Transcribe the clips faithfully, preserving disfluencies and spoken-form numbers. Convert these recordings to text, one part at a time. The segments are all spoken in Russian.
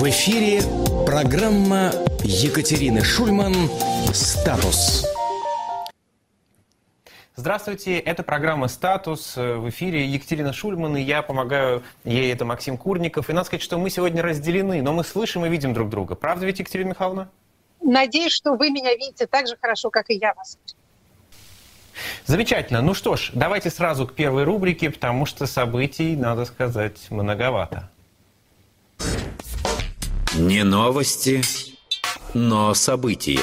В эфире программа Екатерины Шульман «Статус». Здравствуйте, это программа «Статус». В эфире Екатерина Шульман, и я помогаю ей, это Максим Курников. И надо сказать, что мы сегодня разделены, но мы слышим и видим друг друга. Правда ведь, Екатерина Михайловна? Надеюсь, что вы меня видите так же хорошо, как и я вас. Замечательно. Ну что ж, давайте сразу к первой рубрике, потому что событий, надо сказать, многовато. Не новости, но события.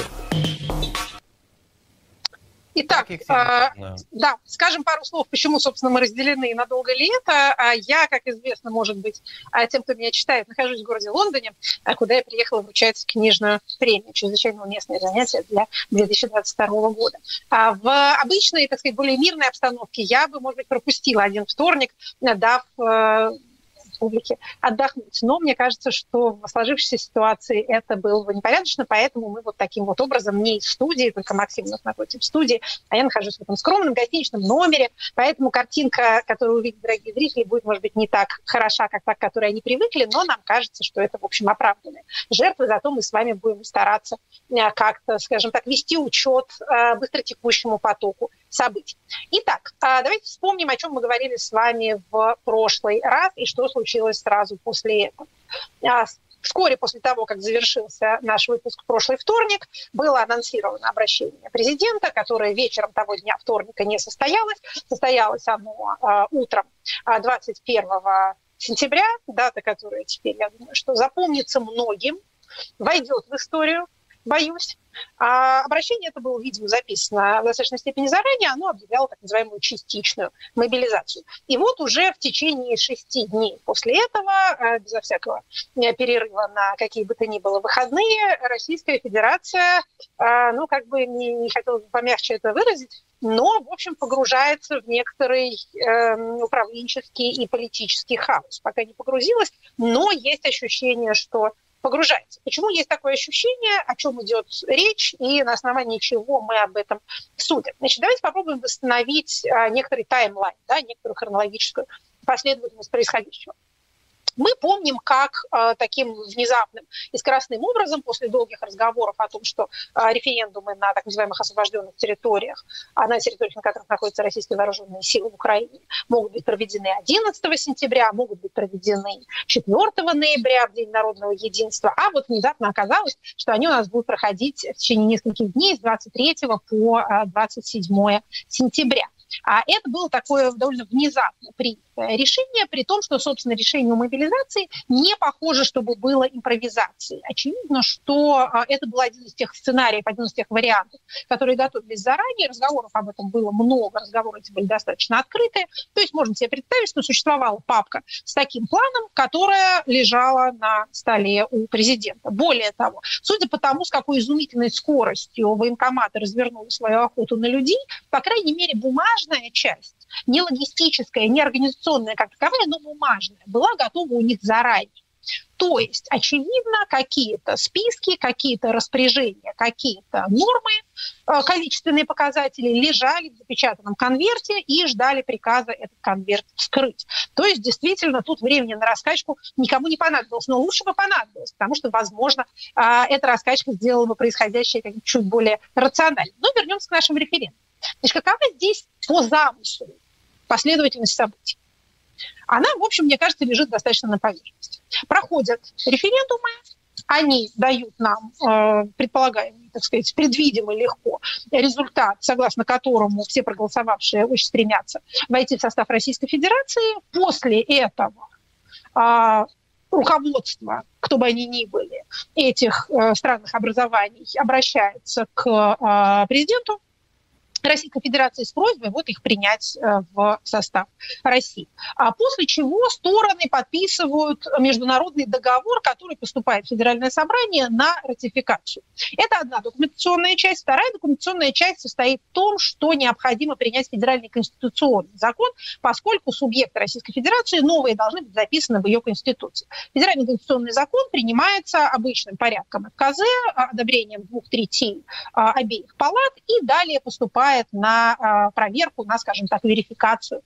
Итак, Так, э, да, скажем пару слов, почему, собственно, мы разделены и надолго ли это. Я, как известно, может быть, тем, кто меня читает, нахожусь в городе Лондоне, куда я приехала вручать книжную премию, чрезвычайно уместное занятие для две тысячи двадцать второго года. А в обычной, так сказать, более мирной обстановке я бы, может быть, пропустила один вторник, дав публике отдохнуть. Но мне кажется, что в сложившейся ситуации это было бы непорядочно, поэтому мы вот таким вот образом, не из студии, только Максим у нас находится в студии, а я нахожусь в этом скромном гостиничном номере, поэтому картинка, которую увидят дорогие зрители, будет, может быть, не так хороша, как та, к которой они привыкли, но нам кажется, что это, в общем, оправданные жертвы, зато мы с вами будем стараться как-то, скажем так, вести учет быстротекущему потоку событий. Итак, давайте вспомним, о чем мы говорили с вами в прошлый раз и что случилось сразу после этого. Вскоре после того, как завершился наш выпуск в прошлый вторник, было анонсировано обращение президента, которое вечером того дня вторника не состоялось. Состоялось оно утром двадцать первого сентября, дата, которая теперь, я думаю, что запомнится многим, войдет в историю, боюсь. А обращение это было, видимо, записано в достаточной степени заранее, оно объявляло так называемую частичную мобилизацию. И вот уже в течение шести дней после этого, безо всякого перерыва на какие бы то ни было выходные, Российская Федерация, ну, как бы не, не хотела бы помягче это выразить, но, в общем, погружается в некоторый э, управленческий и политический хаос. Пока не погрузилась, но есть ощущение, что погружается. Почему есть такое ощущение, о чем идет речь и на основании чего мы об этом судим? Значит, давайте попробуем восстановить а, некоторый таймлайн, да, некоторую хронологическую последовательность происходящего. Мы помним, как э, таким внезапным и скоростным образом, после долгих разговоров о том, что э, референдумы на так называемых освобожденных территориях, а на территориях, на которых находятся российские вооруженные силы в Украине, могут быть проведены одиннадцатого сентября, могут быть проведены четвёртого ноября, в День народного единства, а вот внезапно оказалось, что они у нас будут проходить в течение нескольких дней с двадцать третьего по двадцать седьмое сентября. А это было такое довольно внезапно принятое решение, при том, что, собственно, решение о мобилизации не похоже, чтобы было импровизацией. Очевидно, что это был один из тех сценариев, один из тех вариантов, которые готовились заранее. Разговоров об этом было много, разговоры эти были достаточно открытые. То есть можно себе представить, что существовала папка с таким планом, которая лежала на столе у президента. Более того, судя по тому, с какой изумительной скоростью военкоматы развернули свою охоту на людей, по крайней мере, бумажная часть, не логистическая, не организационная как таковая, но бумажная, была готова у них заранее. То есть, очевидно, какие-то списки, какие-то распоряжения, какие-то нормы, количественные показатели лежали в запечатанном конверте и ждали приказа этот конверт вскрыть. То есть, действительно, тут времени на раскачку никому не понадобилось, но лучше бы понадобилось, потому что, возможно, эта раскачка сделала бы происходящее чуть более рационально. Но вернемся к нашим референдумам. Значит, какова здесь по замыслу последовательность событий? Она, в общем, мне кажется, лежит достаточно на поверхности. Проходят референдумы, они дают нам э, предполагаемый, так сказать, предвидимый легко результат, согласно которому все проголосовавшие очень стремятся войти в состав Российской Федерации. После этого э, руководство, кто бы они ни были, этих э, странных образований обращается к э, президенту Российской Федерации с просьбой вот их принять в состав России. А после чего стороны подписывают международный договор, который поступает в Федеральное собрание на ратификацию. Это одна документационная часть. Вторая документационная часть состоит в том, что необходимо принять федеральный конституционный закон, поскольку субъекты Российской Федерации новые должны быть записаны в ее Конституции. Федеральный конституционный закон принимается обычным порядком ФКЗ, одобрением двух третей обеих палат, и далее поступает поступает на проверку, на, скажем так, верификацию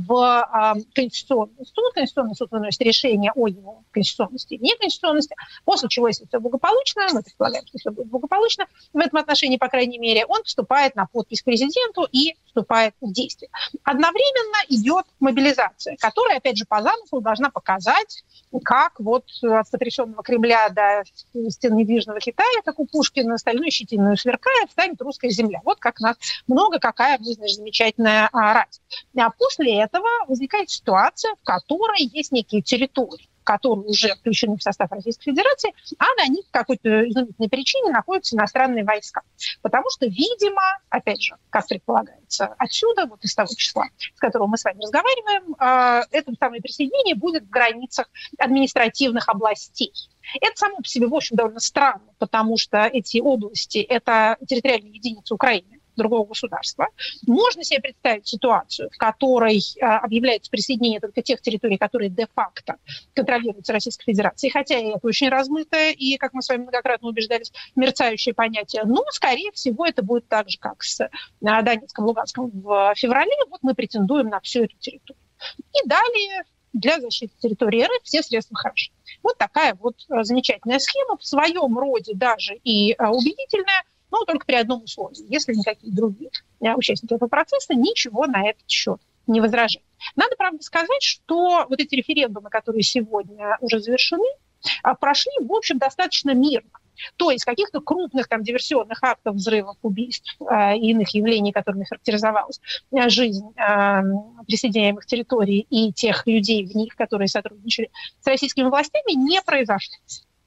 в Конституционный суд. Конституционный суд выносит решение о его конституционности и неконституционности, после чего, если все благополучно, мы предполагаем, что все будет благополучно в этом отношении, по крайней мере, он вступает на подпись президенту и вступает в действие. Одновременно идет мобилизация, которая, опять же, по замыслу должна показать, как вот от сотрясенного Кремля до стен недвижного Китая, как у Пушкина, стальной щетиной сверкает, станет русская земля. Вот как нас много, какая мы, значит, замечательная а, рать. А после этого возникает ситуация, в которой есть некие территории, которые уже включены в состав Российской Федерации, а на них по какой-то изумительной причине находятся иностранные войска. Потому что, видимо, опять же, как предполагается отсюда, вот из того числа, с которого мы с вами разговариваем, это самое присоединение будет в границах административных областей. Это само по себе, в общем, довольно странно, потому что эти области – это территориальные единицы Украины, другого государства. Можно себе представить ситуацию, в которой э, объявляется присоединение только тех территорий, которые де-факто контролируются Российской Федерацией, хотя и это очень размытое и, как мы с вами многократно убеждались, мерцающее понятие. Но, скорее всего, это будет так же, как с э, Донецком, Луганском в феврале. Вот мы претендуем на всю эту территорию. И далее для защиты территории эр эф все средства хороши. Вот такая вот э, замечательная схема, в своем роде даже и э, убедительная, но только при одном условии, если никакие другие участники этого процесса ничего на этот счет не возражают. Надо, правда, сказать, что вот эти референдумы, которые сегодня уже завершены, прошли, в общем, достаточно мирно. То есть каких-то крупных там диверсионных актов, взрывов, убийств э, и иных явлений, которыми характеризовалась э, жизнь э, присоединяемых территорий и тех людей в них, которые сотрудничали с российскими властями, не произошло.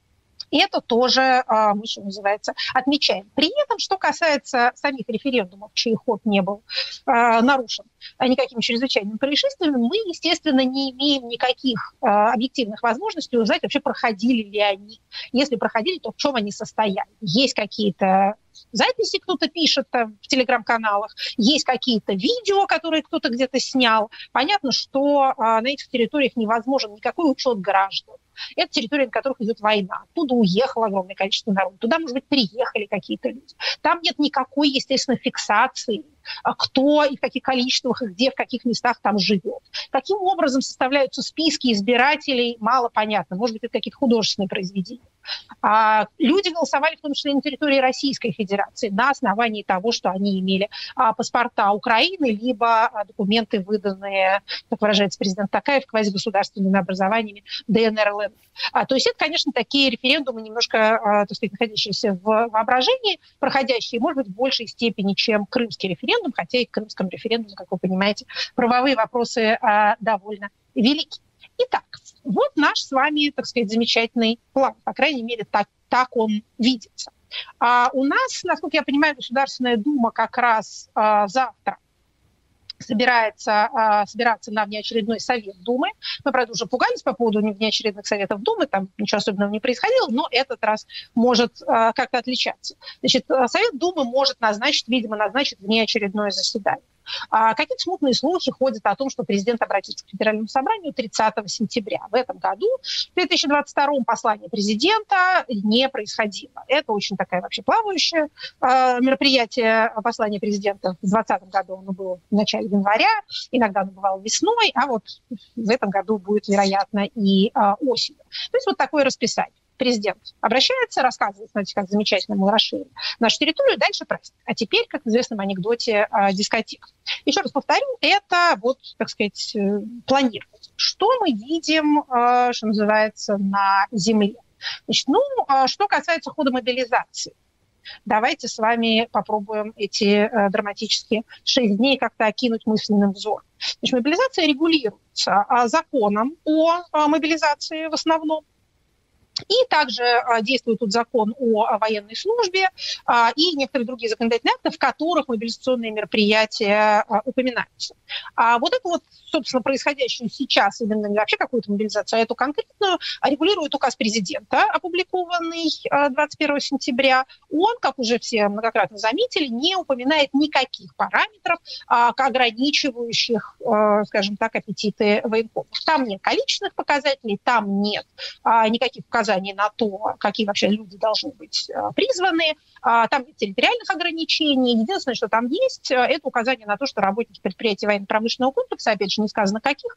И это тоже, мы, что называется, отмечаем. При этом, что касается самих референдумов, чей ход не был нарушен никакими чрезвычайными происшествиями, мы, естественно, не имеем никаких объективных возможностей узнать, вообще проходили ли они. Если проходили, то в чем они состояли. Есть какие-то записи, кто-то пишет там в телеграм-каналах, есть какие-то видео, которые кто-то где-то снял. Понятно, что на этих территориях невозможен никакой учет граждан. Это территория, на которых идет война. Оттуда уехало огромное количество народа. Туда, может быть, приехали какие-то люди. Там нет никакой, естественно, фиксации, кто и в каких количествах, и где, в каких местах там живет. Каким образом составляются списки избирателей, мало понятно. Может быть, это какие-то художественные произведения. А люди голосовали в том числе на территории Российской Федерации на основании того, что они имели а, паспорта Украины, либо а, документы, выданные, как выражается президент Токаев, квазигосударственными образованиями дэ эн эр эл эн. А, то есть это, конечно, такие референдумы, немножко, а, так сказать, находящиеся в воображении, проходящие, может быть, в большей степени, чем крымский референдум, хотя и к крымскому референдуму, как вы понимаете, правовые вопросы а, довольно велики. Итак, вот наш с вами, так сказать, замечательный план. По крайней мере, так, так он видится. А у нас, насколько я понимаю, Государственная Дума как раз а, завтра собирается а, собираться на внеочередной совет Думы. Мы, правда, уже пугались по поводу внеочередных советов Думы, там ничего особенного не происходило, но этот раз может а, как-то отличаться. Значит, Совет Думы может назначить, видимо, назначить внеочередное заседание. А какие-то смутные слухи ходят о том, что президент обратится к Федеральному собранию тридцатого сентября. В этом году, в две тысячи двадцать втором, послание президента не происходило. Это очень такая вообще плавающее э, мероприятие послания президента. В двадцатом году оно было в начале января, иногда оно бывало весной, а вот в этом году будет, вероятно, и э, осенью. То есть вот такое расписание. Президент обращается, рассказывает, смотрите, как замечательно мы расширили нашу территорию, дальше праздник. А теперь, как в известном анекдоте, дискотека. Еще раз повторю, это вот, так сказать, планировать. Что мы видим, что называется, на земле? Значит, ну, что касается хода мобилизации. Давайте с вами попробуем эти э, драматические шесть дней как-то окинуть мысленным взором. Значит, мобилизация регулируется э, законом о э, мобилизации в основном. И также а, действует тут закон о, о военной службе а, и некоторые другие законодательные акты, в которых мобилизационные мероприятия а, упоминаются. А вот это вот, собственно, происходящее сейчас, именно не вообще какую-то мобилизацию, а эту конкретную, регулирует указ президента, опубликованный а, двадцать первого сентября. Он, как уже все многократно заметили, не упоминает никаких параметров, а, ограничивающих, а, скажем так, аппетиты военкомов. Там нет количественных показателей, там нет а, никаких указаний указаний на то, какие вообще люди должны быть призваны. Там нет территориальных ограничений. Единственное, что там есть, это указание на то, что работники предприятий военно-промышленного комплекса, опять же, не сказано каких,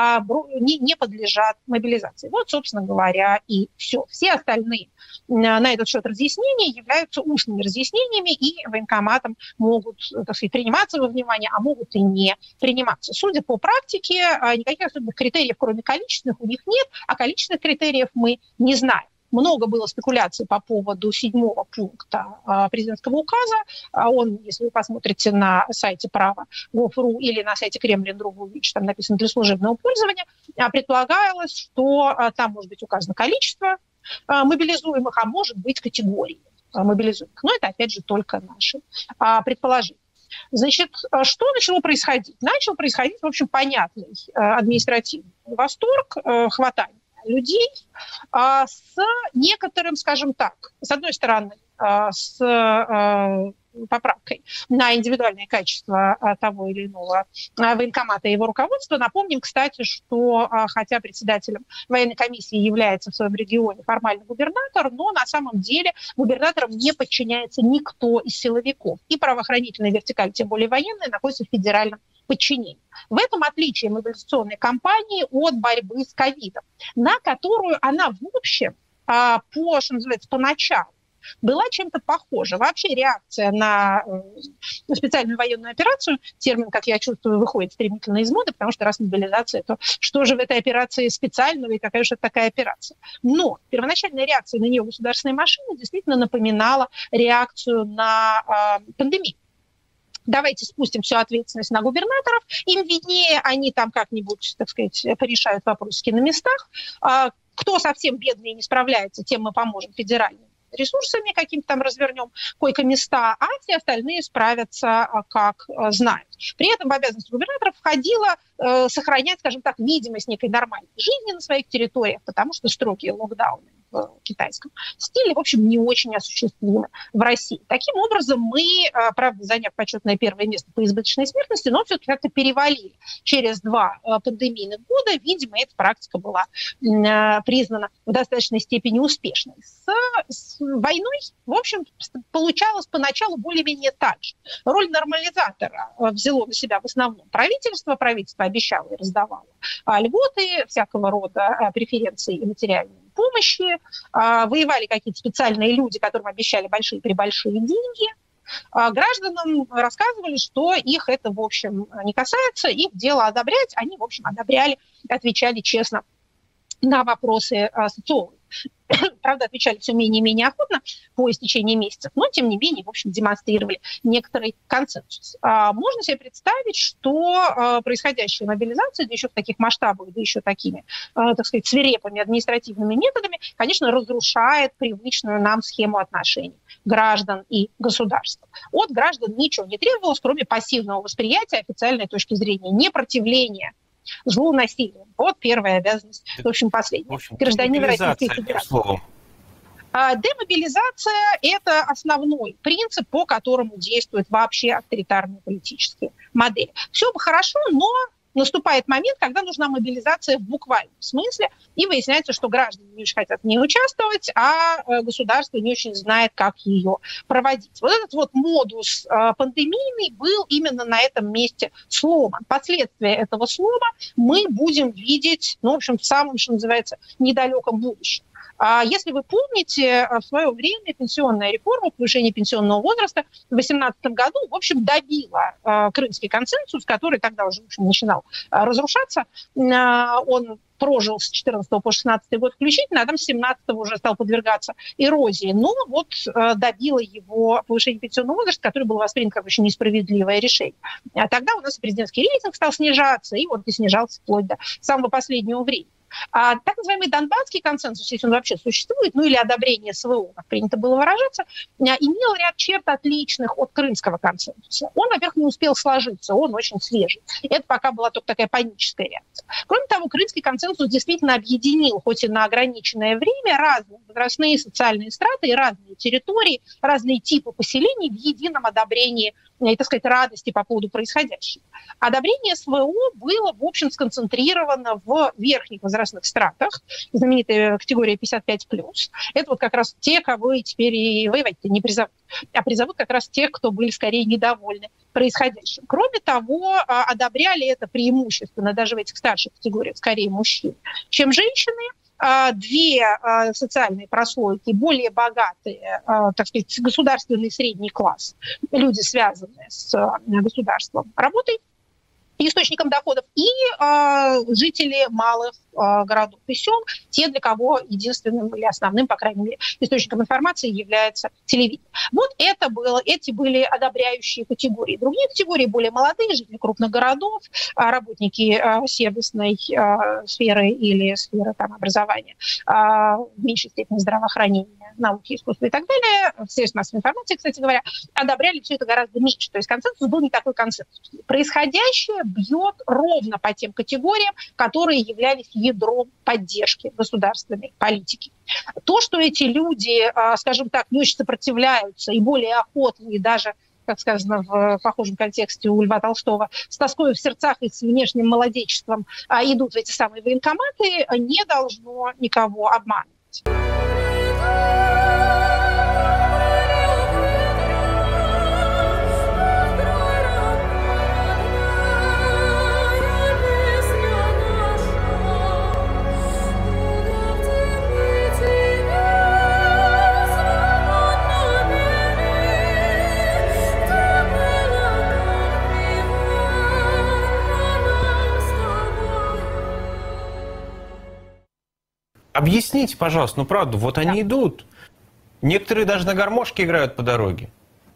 не подлежат мобилизации. Вот, собственно говоря, и все. Все остальные на этот счет разъяснения являются устными разъяснениями, и военкоматом могут, так сказать, приниматься во внимание, а могут и не приниматься. Судя по практике, никаких особенных критериев, кроме количественных, у них нет, а количественных критериев мы не знаем. Много было спекуляций по поводу седьмого пункта президентского указа. Он, если вы посмотрите на сайте права точка гов точка ру или на сайте Кремлин.ру, вы увидите, там написано «для служебного пользования», предполагалось, что там может быть указано количество мобилизуемых, а может быть категории мобилизуемых. Но это, опять же, только наши предположения. Значит, что начало происходить? Начал происходить, в общем, понятный административный восторг, хватание людей с некоторым, скажем так, с одной стороны, с поправкой на индивидуальное качество того или иного военкомата и его руководства. Напомним, кстати, что хотя председателем военной комиссии является в своем регионе формально губернатор, но на самом деле губернаторам не подчиняется никто из силовиков. И правоохранительная вертикаль, тем более военная, находится в федеральном подчинении. В этом отличие мобилизационной кампании от борьбы с ковидом, на которую она, в общем, по, что называется, поначалу была чем-то похожа. Вообще реакция на специальную военную операцию, термин, как я чувствую, выходит стремительно из моды, потому что раз мобилизация, то что же в этой операции специального и какая же это такая операция? Но первоначальная реакция на нее государственной машины действительно напоминала реакцию на э, пандемию. Давайте спустим всю ответственность на губернаторов, им виднее, они там как-нибудь, так сказать, порешают вопросики на местах. Кто совсем бедный и не справляется, тем мы поможем федеральным ресурсами каким-то там развернем, койко-места, а все остальные справятся, как знают. При этом в обязанности губернаторов входило э, сохранять, скажем так, видимость некой нормальной жизни на своих территориях, потому что строгие локдауны в китайском стиле, в общем, не очень осуществимы в России. Таким образом, мы, правда, заняв почетное первое место по избыточной смертности, но все-таки как-то перевалили через два пандемийных года. Видимо, эта практика была признана в достаточной степени успешной. С, с войной, в общем, получалось поначалу более-менее так же. Роль нормализатора взяло на себя в основном правительство. Правительство обещало и раздавало льготы, всякого рода преференции и материальные помощи, воевали какие-то специальные люди, которым обещали большие-пребольшие деньги. Гражданам рассказывали, что их это, в общем, не касается, их дело одобрять. Они, в общем, одобряли, отвечали честно на вопросы социологов. Правда, отвечали все менее и менее охотно по истечении месяцев, но, тем не менее, в общем, демонстрировали некоторый консенсус. Можно себе представить, что происходящая мобилизация, да еще в таких масштабах, да еще такими, так сказать, свирепыми административными методами, конечно, разрушает привычную нам схему отношений граждан и государства. От граждан ничего не требовалось, кроме пассивного восприятия официальной точки зрения, непротивления злу, насилию. Вот первая обязанность, в общем, последняя. В общем, гражданин Российской Федерации. Демобилизация – это основной принцип, по которому действуют вообще авторитарные политические модели. Все бы хорошо, но наступает момент, когда нужна мобилизация в буквальном смысле, и выясняется, что граждане не очень хотят в ней участвовать, а государство не очень знает, как ее проводить. Вот этот вот модус пандемийный был именно на этом месте сломан. Последствия этого слома мы будем видеть, ну, в общем, в самом, что называется, недалеком будущем. Если вы помните, в свое время пенсионная реформа, повышение пенсионного возраста в две тысячи восемнадцатом году, в общем, добила крымский консенсус, который тогда уже, в общем, начинал разрушаться. Он прожил с четырнадцатого по шестнадцатый год включительно, а там с семнадцатого уже стал подвергаться эрозии. Но вот добило его повышение пенсионного возраста, который был воспринят как очень несправедливое решение. А тогда у нас и президентский рейтинг стал снижаться, и вот и снижался вплоть до самого последнего времени. А так называемый Донбасский консенсус, если он вообще существует, ну или одобрение СВО, как принято было выражаться, имел ряд черт отличных от крымского консенсуса. Он, во-первых, не успел сложиться, он очень свежий. Это пока была только такая паническая реакция. Кроме того, крымский консенсус действительно объединил, хоть и на ограниченное время, разные возрастные социальные страты и разные территории, разные типы поселений в едином одобрении и, так сказать, радости по поводу происходящего. Одобрение СВО было, в общем, сконцентрировано в верхних возрастных стратах, знаменитая категория пятьдесят пять плюс. Это вот как раз те, кого и теперь и воевать-то не призовут, а призовут как раз тех, кто были скорее недовольны происходящим. Кроме того, одобряли это преимущественно даже в этих старших категориях скорее мужчин, чем женщины. Две социальные прослойки, более богатые, так сказать, государственный средний класс, люди, связанные с государством, работой, источником доходов, и э, жители малых э, городов и сел, те, для кого единственным или основным, по крайней мере, источником информации является телевидение. Вот это было, эти были одобряющие категории. Другие категории, более молодые, жители крупных городов, работники э, сервисной э, сферы или сферы там, образования, э, в меньшей степени здравоохранения, науки, искусства и так далее, средств массовой информации, кстати говоря, одобряли все это гораздо меньше. То есть консенсус был не такой консенсус. Происходящее бьет ровно по тем категориям, которые являлись ядром поддержки государственной политики. То, что эти люди, скажем так, не очень сопротивляются и более охотно, и даже, как сказано в похожем контексте у Льва Толстого, с тоской в сердцах и с внешним молодечеством идут в эти самые военкоматы, не должно никого обманывать. Объясните, пожалуйста, ну правда, вот они да. идут. Некоторые даже на гармошке играют по дороге.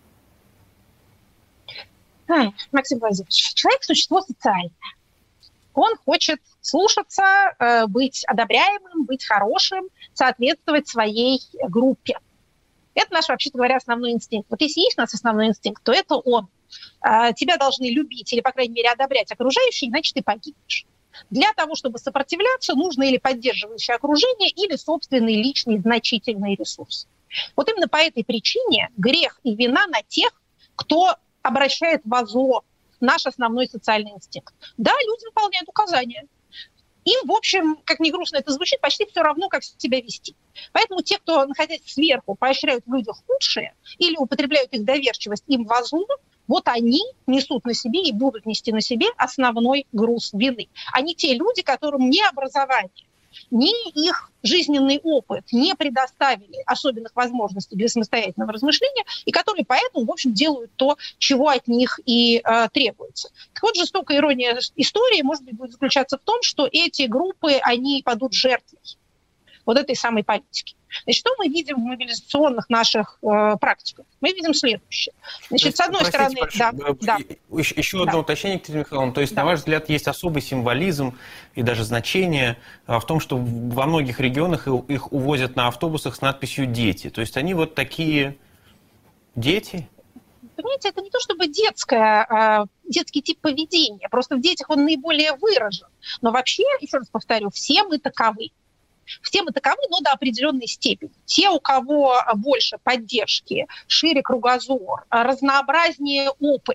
Ай, Максим Владимирович, человек – существо социальное. Он хочет слушаться, быть одобряемым, быть хорошим, соответствовать своей группе. Это наш, вообще-то говоря, основной инстинкт. Вот если есть у нас основной инстинкт, то это он. Тебя должны любить или, по крайней мере, одобрять окружающие, иначе ты погибнешь. Для того, чтобы сопротивляться, нужно или поддерживающее окружение, или собственный личный значительный ресурс. Вот именно по этой причине грех и вина на тех, кто обращает во зло наш основной социальный инстинкт. Да, люди выполняют указания. Им, в общем, как ни грустно это звучит, почти все равно, как себя вести. Поэтому те, кто, находясь сверху, поощряют в людях худшее или употребляют их доверчивость им во зло, вот они несут на себе и будут нести на себе основной груз вины. А не те люди, которым ни образование, ни их жизненный опыт не предоставили особенных возможностей для самостоятельного размышления, и которые поэтому, в общем, делают то, чего от них и э, требуется. Так вот, жестокая ирония истории, может быть, будет заключаться в том, что эти группы, они падут жертвой вот этой самой политики. Значит, что мы видим в мобилизационных наших э, практиках? Мы видим следующее. Значит, есть, с одной простите, стороны... прошу, да, еще, да. еще одно да. уточнение, Екатерина Михайловна. То есть, да. на ваш взгляд, есть особый символизм и даже значение в том, что во многих регионах их увозят на автобусах с надписью «Дети». То есть они вот такие дети? Понимаете, это не то чтобы детское, детский тип поведения. Просто в детях он наиболее выражен. Но вообще, еще раз повторю, все мы таковы. Все мы таковы, но до определенной степени. Те, у кого больше поддержки, шире кругозор, разнообразнее опыт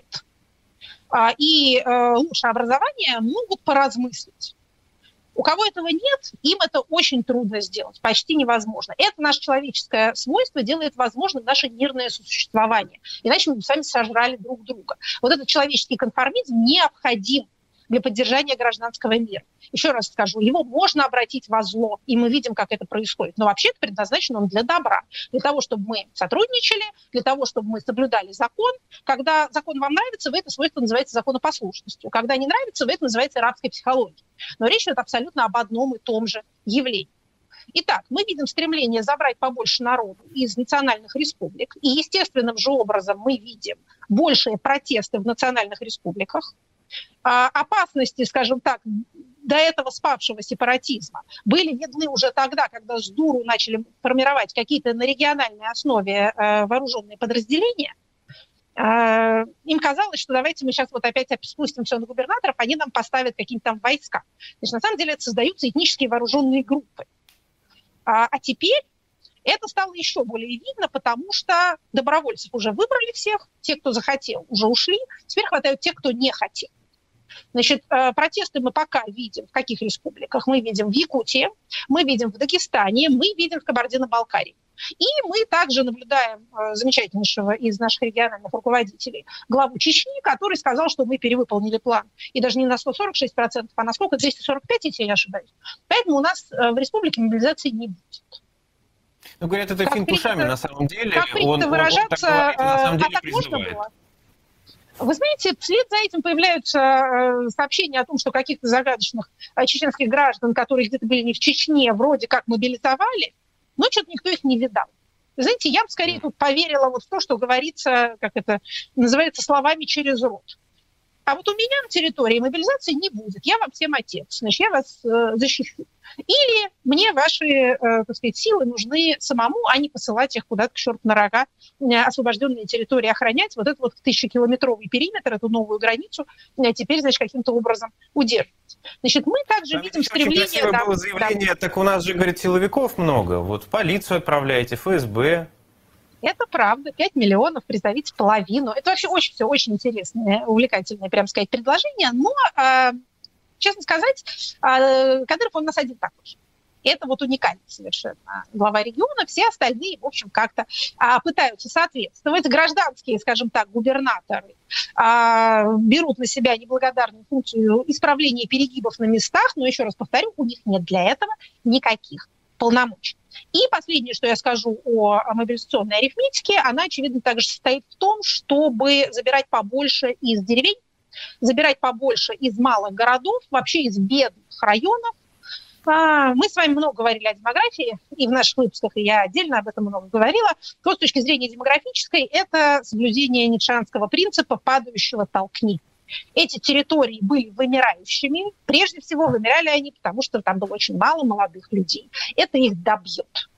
и лучше образование, могут поразмыслить. У кого этого нет, им это очень трудно сделать, почти невозможно. Это наше человеческое свойство делает возможным наше мирное сосуществование. Иначе мы бы с вами сожрали друг друга. Вот этот человеческий конформизм необходим для поддержания гражданского мира. Еще раз скажу, его можно обратить во зло, и мы видим, как это происходит. Но вообще-то предназначен он для добра, для того, чтобы мы сотрудничали, для того, чтобы мы соблюдали закон. Когда закон вам нравится, вы это свойство называете законопослушностью. Когда не нравится, вы это называете рабской психологией. Но речь идет абсолютно об одном и том же явлении. Итак, мы видим стремление забрать побольше народу из национальных республик, и естественным же образом мы видим большие протесты в национальных республиках. Опасности, скажем так, до этого спавшего сепаратизма были видны уже тогда, когда с дуру начали формировать какие-то на региональной основе вооруженные подразделения. Им казалось, что давайте мы сейчас вот опять спустим все на губернаторов, они нам поставят какие-то там войска. Значит, на самом деле это создаются этнические вооруженные группы. А теперь Это стало еще более видно, потому что добровольцев уже выбрали всех, те, кто захотел, уже ушли, теперь хватают тех, кто не хотел. Значит, протесты мы пока видим в каких республиках? Мы видим в Якутии, мы видим в Дагестане, мы видим в Кабардино-Балкарии. И мы также наблюдаем замечательнейшего из наших региональных руководителей, главу Чечни, который сказал, что мы перевыполнили план. И даже не на сто сорок шесть процентов, а на сколько? двести сорок пять, если я не ошибаюсь. Поэтому у нас в республике мобилизации не будет. Ну, говорят, это финт ушами, на самом деле. Как принято он, выражаться, он, он так говорит, на самом деле а так призывает. можно было? Вы знаете, вслед за этим появляются сообщения о том, что каких-то загадочных чеченских граждан, которые где-то были не в Чечне, вроде как мобилизовали, но что-то никто их не видал. Вы знаете, я бы скорее тут поверила вот в то, что говорится, как это называется, словами через рот. А вот у меня на территории мобилизации не будет. Я вам всем отец, значит, я вас э, защищу. Или мне ваши, э, так сказать, силы нужны самому, а не посылать их куда-то к черту на рога, э, освобожденные территории охранять. Вот этот вот тысячекилометровый периметр, эту новую границу, э, теперь, значит, каким-то образом удерживать. Значит, мы также Там видим очень стремление... красивое да, было заявление, да. Так у нас же, говорит, силовиков много. Вот в полицию отправляете, эф эс бэ. Это правда, пять миллионов, призовите половину. Это вообще очень все очень интересное, увлекательное, прям сказать, предложение. Но, э, честно сказать, э, Кадыров, он нас один такой же. Это вот уникальный совершенно глава региона. Все остальные, в общем, как-то а, пытаются соответствовать. Гражданские, скажем так, губернаторы а, берут на себя неблагодарную функцию исправления перегибов на местах. Но, еще раз повторю, у них нет для этого никаких полномочий. И последнее, что я скажу о мобилизационной арифметике, она, очевидно, также состоит в том, чтобы забирать побольше из деревень, забирать побольше из малых городов, вообще из бедных районов. Мы с вами много говорили о демографии, и в наших выпусках, и я отдельно об этом много говорила. То, с точки зрения демографической, это соблюдение ницшеанского принципа «падающего толкни». Эти территории были вымирающими. Прежде всего, вымирали они, потому что там было очень мало молодых людей. Это их добьет.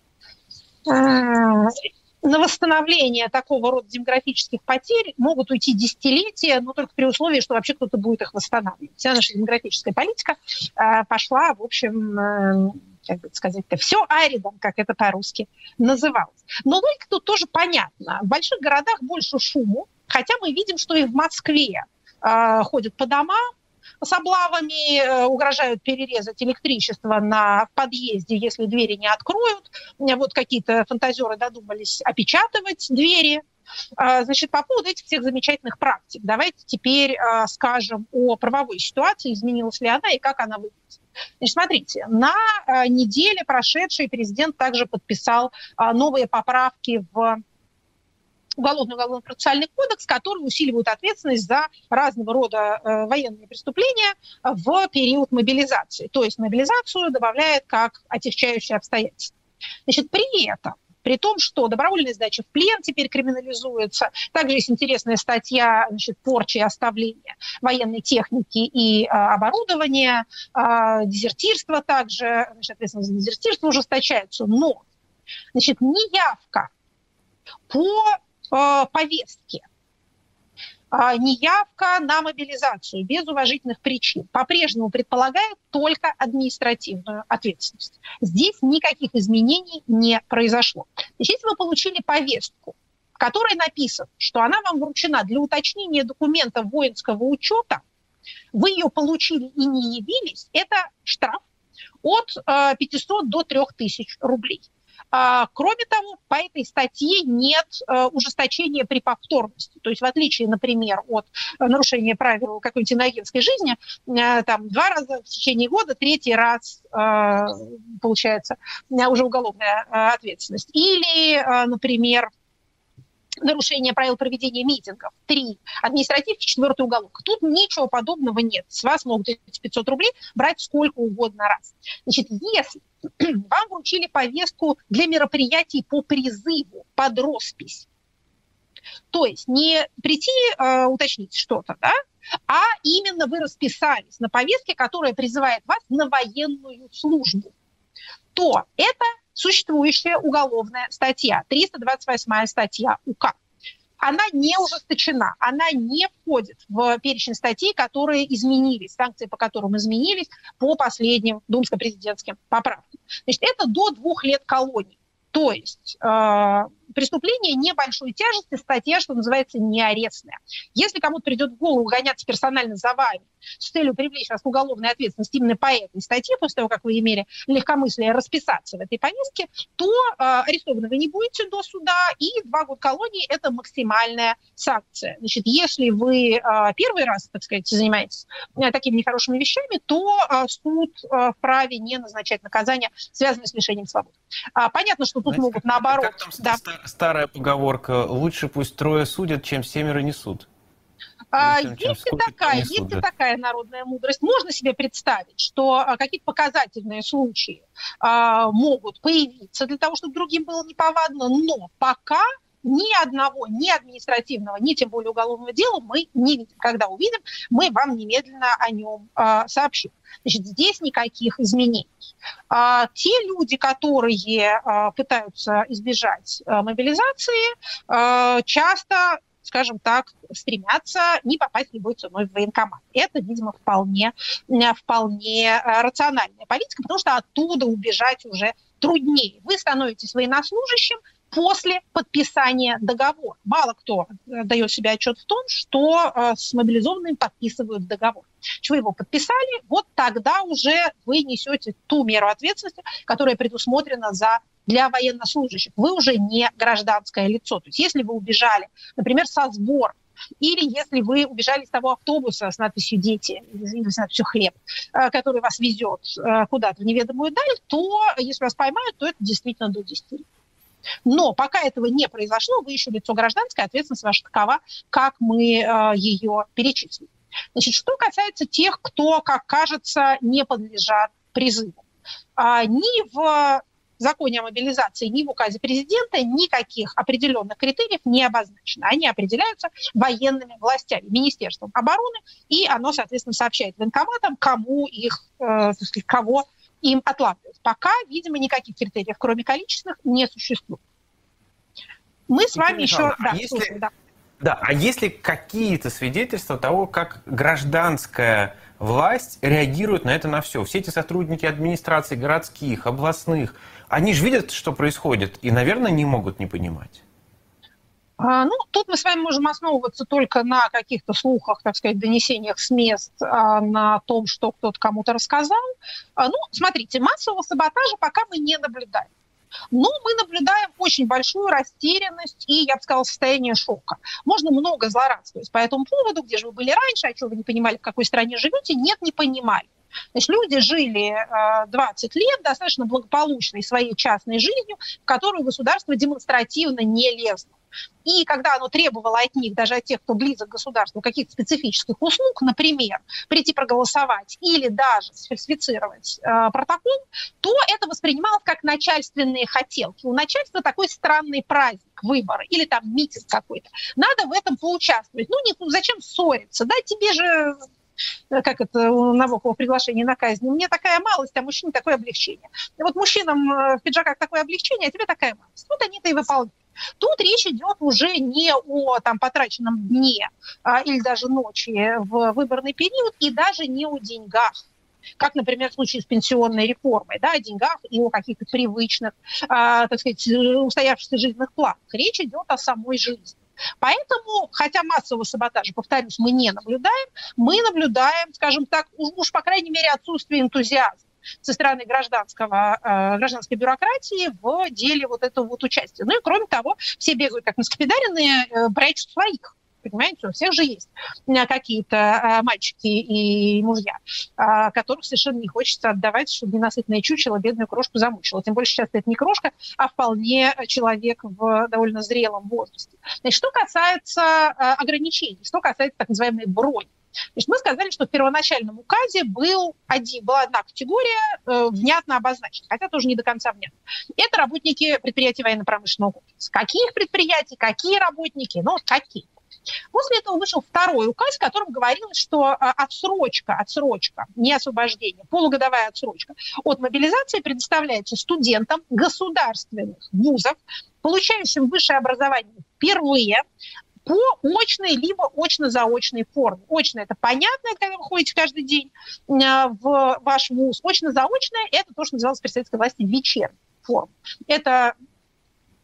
На восстановление такого рода демографических потерь могут уйти десятилетия, но только при условии, что вообще кто-то будет их восстанавливать. Вся наша демографическая политика пошла, в общем, как бы сказать-то, все аридом, как это по-русски называлось. Но логика тут тоже понятна. В больших городах больше шуму, хотя мы видим, что и в Москве ходят по домам с облавами, угрожают перерезать электричество на подъезде, если двери не откроют. Вот какие-то фантазеры додумались опечатывать двери. Значит, по поводу этих всех замечательных практик, давайте теперь скажем о правовой ситуации, изменилась ли она и как она выглядит. Значит, смотрите, на неделе прошедшей президент также подписал новые поправки в Уголовный уголовно-процессуальный кодекс, который усиливает ответственность за разного рода э, военные преступления в период мобилизации. То есть мобилизацию добавляет как отягчающее обстоятельство. Значит, при этом, при том, что добровольная сдача в плен теперь криминализуется, также есть интересная статья, значит, порчи и оставления военной техники и э, оборудования, э, дезертирство также, значит, ответственность за дезертирство ужесточается, но, значит, неявка по повестки, неявка на мобилизацию без уважительных причин по-прежнему предполагает только административную ответственность. Здесь никаких изменений не произошло. Если вы получили повестку, в которой написано, что она вам вручена для уточнения документов воинского учета, вы ее получили и не явились, это штраф от пятисот до трёх тысяч рублей. Кроме того, по этой статье нет ужесточения при повторности. То есть в отличие, например, от нарушения правил какой-нибудь иногенской жизни, там два раза в течение года, третий раз получается уже уголовная ответственность. Или, например, нарушение правил проведения митингов. Три. Административки, четвертый уголовка. Тут ничего подобного нет. С вас могут эти пятьсот рублей брать сколько угодно раз. Значит, если вам вручили повестку для мероприятий по призыву под роспись, то есть не прийти э, уточнить что-то, да, а именно вы расписались на повестке, которая призывает вас на военную службу, то это существующая уголовная статья, триста двадцать восьмая статья УК. Она не ужесточена, она не входит в перечень статей, которые изменились, санкции по которым изменились по последним думско-президентским поправкам. Значит, это до двух лет колонии. То есть э, преступление небольшой тяжести, статья, что называется, неарестная. Если кому-то придет в голову гоняться персонально за вами с целью привлечь вас к уголовной ответственности именно по этой статье, после того, как вы имели легкомыслие расписаться в этой повестке, то э, арестованы вы не будете до суда, и два года колонии – это максимальная санкция. Значит, если вы э, первый раз, так сказать, занимаетесь э, такими нехорошими вещами, то э, суд э, вправе не назначать наказание, связанное с лишением свободы. А, понятно, что тут Знаете, могут как, наоборот... Как там да. старая поговорка «лучше пусть трое судят, чем семеро несут». А, есть и такая, есть и такая народная мудрость. Можно себе представить, что а, какие-то показательные случаи а, могут появиться для того, чтобы другим было неповадно, но пока ни одного, ни административного, ни тем более уголовного дела мы не видим. Когда увидим, мы вам немедленно о нем а, сообщим. Значит, здесь никаких изменений. А, те люди, которые а, пытаются избежать а, мобилизации, а, часто, скажем так, стремятся не попасть любой ценой в военкомат. Это, видимо, вполне, вполне рациональная политика, потому что оттуда убежать уже труднее. Вы становитесь военнослужащим после подписания договора. Мало кто дает себе отчет в том, что с мобилизованными подписывают договор. Вы его подписали, вот тогда уже вы несете ту меру ответственности, которая предусмотрена за для военнослужащих. Вы уже не гражданское лицо. То есть если вы убежали, например, со сбора, или если вы убежали с того автобуса с надписью «Дети», или с надписью «Хлеб», который вас везет куда-то в неведомую даль, то если вас поймают, то это действительно до десяти лет. Но пока этого не произошло, вы еще лицо гражданское, ответственность ваша такова, как мы э, ее перечислим. Значит, что касается тех, кто, как кажется, не подлежат призыву. А, ни в законе о мобилизации, ни в указе президента никаких определенных критериев не обозначено. Они определяются военными властями, Министерством обороны, и оно, соответственно, сообщает военкоматам, кому их, э, так сказать, кого им отлавливать. Пока, видимо, никаких критериев, кроме количественных, не существует. Мы с вами еще... А да, если... слушай, да. Да, а есть ли какие-то свидетельства того, как гражданская власть реагирует на это на все? Все эти сотрудники администраций городских, областных, они же видят, что происходит, и, наверное, не могут не понимать. А, ну, тут мы с вами можем основываться только на каких-то слухах, так сказать, донесениях с мест, а, на том, что кто-то кому-то рассказал. А, ну, смотрите, массового саботажа пока мы не наблюдаем. Но мы наблюдаем очень большую растерянность и, я бы сказала, состояние шока. Можно много злорадствовать по этому поводу, где же вы были раньше, а что вы не понимали, в какой стране живете? Нет, не понимали. Значит, люди жили двадцать лет достаточно благополучной своей частной жизнью, в которую государство демонстративно не лезло. И когда оно требовало от них, даже от тех, кто близок к государству, каких-то специфических услуг, например, прийти проголосовать или даже сфальсифицировать э, протокол, то это воспринималось как начальственные хотелки. У начальства такой странный праздник, выборы или там митинг какой-то. Надо в этом поучаствовать. Ну, не, ну зачем ссориться? Да, тебе же... как это у Набокова в приглашении на казнь, мне такая малость, а мужчине такое облегчение. И вот мужчинам в пиджаках такое облегчение, а тебе такая малость. Вот они-то и выполняют. Тут речь идет уже не о там, потраченном дне а, или даже ночи в выборный период, и даже не о деньгах. Как, например, в случае с пенсионной реформой, да, о деньгах и о каких-то привычных, а, так сказать, устоявшихся жизненных планах. Речь идет о самой жизни. Поэтому, хотя массового саботажа, повторюсь, мы не наблюдаем, мы наблюдаем, скажем так, уж, уж по крайней мере, отсутствие энтузиазма со стороны гражданского, э, гражданской бюрократии в деле вот этого вот участия. Ну и кроме того, все бегают как наскопидаренные, э, прячут своих. Понимаете, у всех же есть какие-то э, мальчики и мужья, э, которых совершенно не хочется отдавать, чтобы ненасытное чучело бедную крошку замучило. Тем более сейчас это не крошка, а вполне человек в довольно зрелом возрасте. Значит, что касается э, ограничений, что касается так называемой брони. Значит, мы сказали, что в первоначальном указе был один, была одна категория э, внятно обозначена, хотя тоже не до конца внятно. Это работники предприятий военно-промышленного комплекса. Каких предприятий, какие работники, ну, какие. После этого вышел второй указ, в котором говорилось, что отсрочка, отсрочка, не освобождение, полугодовая отсрочка от мобилизации предоставляется студентам государственных вузов, получающим высшее образование впервые, по очной либо очно-заочной форме. Очно – это понятное, когда вы ходите каждый день в ваш вуз. Очно-заочное – это то, что называлось при советской власти вечерней формой. Это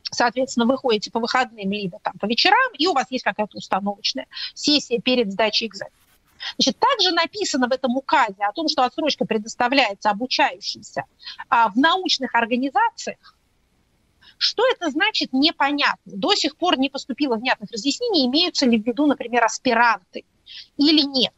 соответственно, вы ходите по выходным либо там по вечерам, и у вас есть какая-то установочная сессия перед сдачей экзамена. Значит, также написано в этом указе о том, что отсрочка предоставляется обучающимся а, в научных организациях. Что это значит, непонятно. До сих пор не поступило внятных разъяснений, имеются ли в виду, например, аспиранты или нет.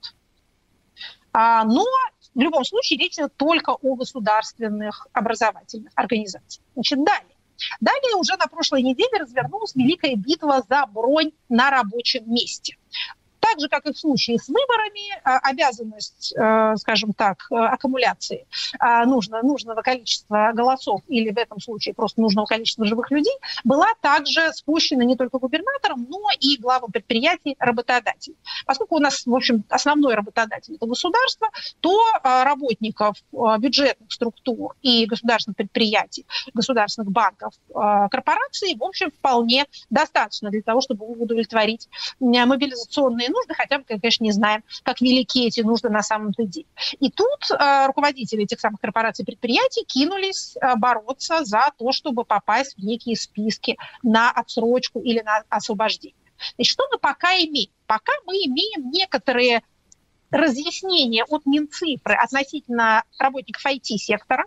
А, но в любом случае речь идет только о государственных образовательных организациях. Значит, далее. Далее уже на прошлой неделе развернулась великая битва за бронь на рабочем месте. Так же, как и в случае с выборами, обязанность, скажем так, аккумуляции нужно, нужного количества голосов или в этом случае просто нужного количества живых людей была также спущена не только губернатором, но и главам предприятий, работодателей. Поскольку у нас, в общем, основной работодатель – это государство, то работников бюджетных структур и государственных предприятий, государственных банков, корпораций, в общем, вполне достаточно для того, чтобы удовлетворить мобилизационные нужды, хотя мы, конечно, не знаем, как велики эти нужды на самом-то деле. И тут э, руководители этих самых корпораций и предприятий кинулись э, бороться за то, чтобы попасть в некие списки на отсрочку или на освобождение. Значит, что мы пока имеем? Пока мы имеем некоторые разъяснения от Минцифры относительно работников ай ти-сектора.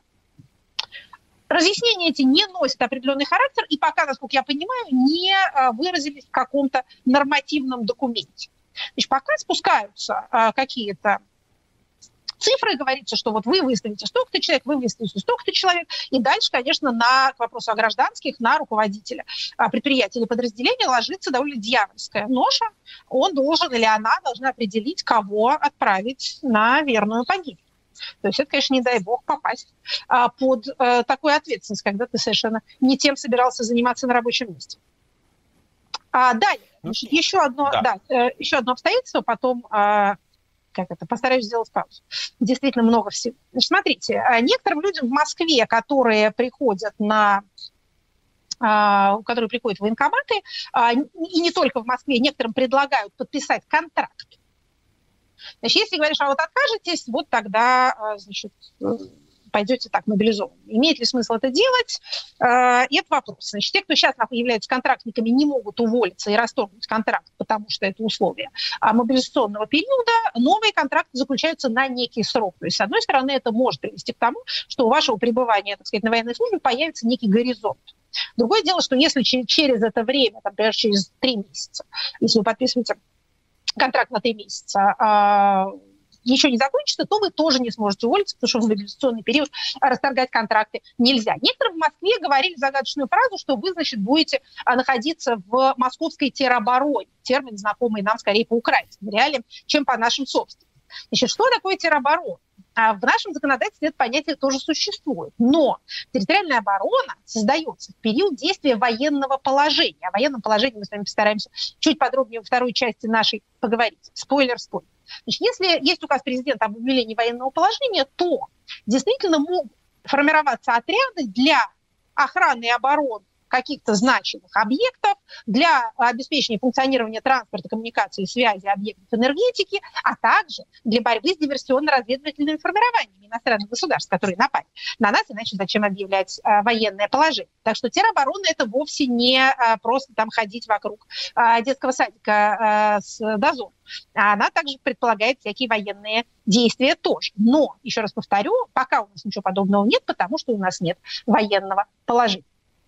Разъяснения эти не носят определенный характер и пока, насколько я понимаю, не выразились в каком-то нормативном документе. Значит, пока спускаются а, какие-то цифры, говорится, что вот вы выставите столько-то человек, вы выставите столько-то человек, и дальше, конечно, на, к вопросу о гражданских, на руководителя а, предприятия или подразделения ложится довольно дьявольская ноша. Он должен или она должна определить, кого отправить на верную погибель. То есть это, конечно, не дай бог попасть а, под а, такую ответственность, когда ты совершенно не тем собирался заниматься на рабочем месте. А далее, значит, еще одно, да. Да, еще одно обстоятельство, потом а, как это, постараюсь сделать паузу. Действительно много всего. Значит, смотрите, некоторым людям в Москве, которые приходят на которые приходят в военкоматы, и не только в Москве, некоторым предлагают подписать контракт. Значит, если говоришь, а вот откажетесь, вот тогда, значит, пойдете так мобилизованно. Имеет ли смысл это делать? Это вопрос. Значит, те, кто сейчас являются контрактниками, не могут уволиться и расторгнуть контракт, потому что это условие мобилизационного периода. Новые контракты заключаются на некий срок. То есть, с одной стороны, это может привести к тому, что у вашего пребывания, так сказать, на военной службе появится некий горизонт. Другое дело, что если через это время, там, например, через три месяца, если вы подписываете контракт на три месяца, ничего не закончится, то вы тоже не сможете уволиться, потому что в мобилизационный период расторгать контракты нельзя. Некоторые в Москве говорили загадочную фразу, что вы, значит, будете находиться в московской теробороне. Термин, знакомый нам скорее по украинским реалиям, чем по нашим собственным. Значит, что такое тероборона? В нашем законодательстве это понятие тоже существует. Но территориальная оборона создается в период действия военного положения. О военном положении мы с вами постараемся чуть подробнее во второй части нашей поговорить. Спойлер, спойлер. Значит, если есть указ президента об объявлении военного положения, то действительно могут формироваться отряды для охраны и обороны каких-то значимых объектов, для обеспечения функционирования транспорта, коммуникации, связи, объектов энергетики, а также для борьбы с диверсионно-разведывательными формированиями иностранных государств, которые напали на нас, иначе зачем объявлять а, военное положение. Так что тероборона – это вовсе не а, просто там ходить вокруг а, детского садика а, с дозором. Она также предполагает всякие военные действия тоже. Но, еще раз повторю, пока у нас ничего подобного нет, потому что у нас нет военного положения.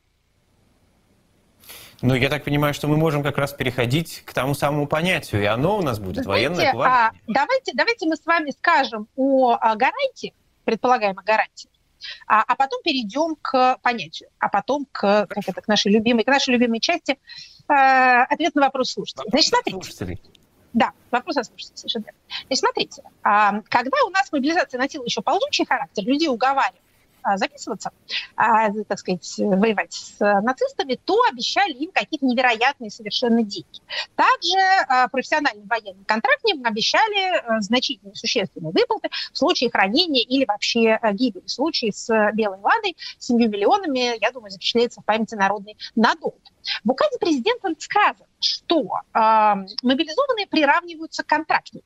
Ну, я так понимаю, что мы можем как раз переходить к тому самому понятию, и оно у нас будет Знаете, военное положение. А, давайте, давайте мы с вами скажем о, о гарантии, предполагаемой гарантии, а, а потом перейдем к понятию, а потом к, как это, к, нашей, любимой, к нашей любимой части э, ответ на вопрос слушателей. Значит, смотрите. Слушателей. Да, вопрос о слушателях, совершенно верно. Значит, смотрите, а, когда у нас мобилизация носила еще ползучий характер, людей уговаривали записываться, так сказать, воевать с нацистами, то обещали им какие-то невероятные совершенно деньги. Также профессиональным военным контрактникам обещали значительные существенные выплаты в случае хранения или вообще гибели. В случае с Белой Ладой семью миллионами, я думаю, запечатляется в памяти народной надолго. В указе президента сказано, что мобилизованные приравниваются к контрактникам.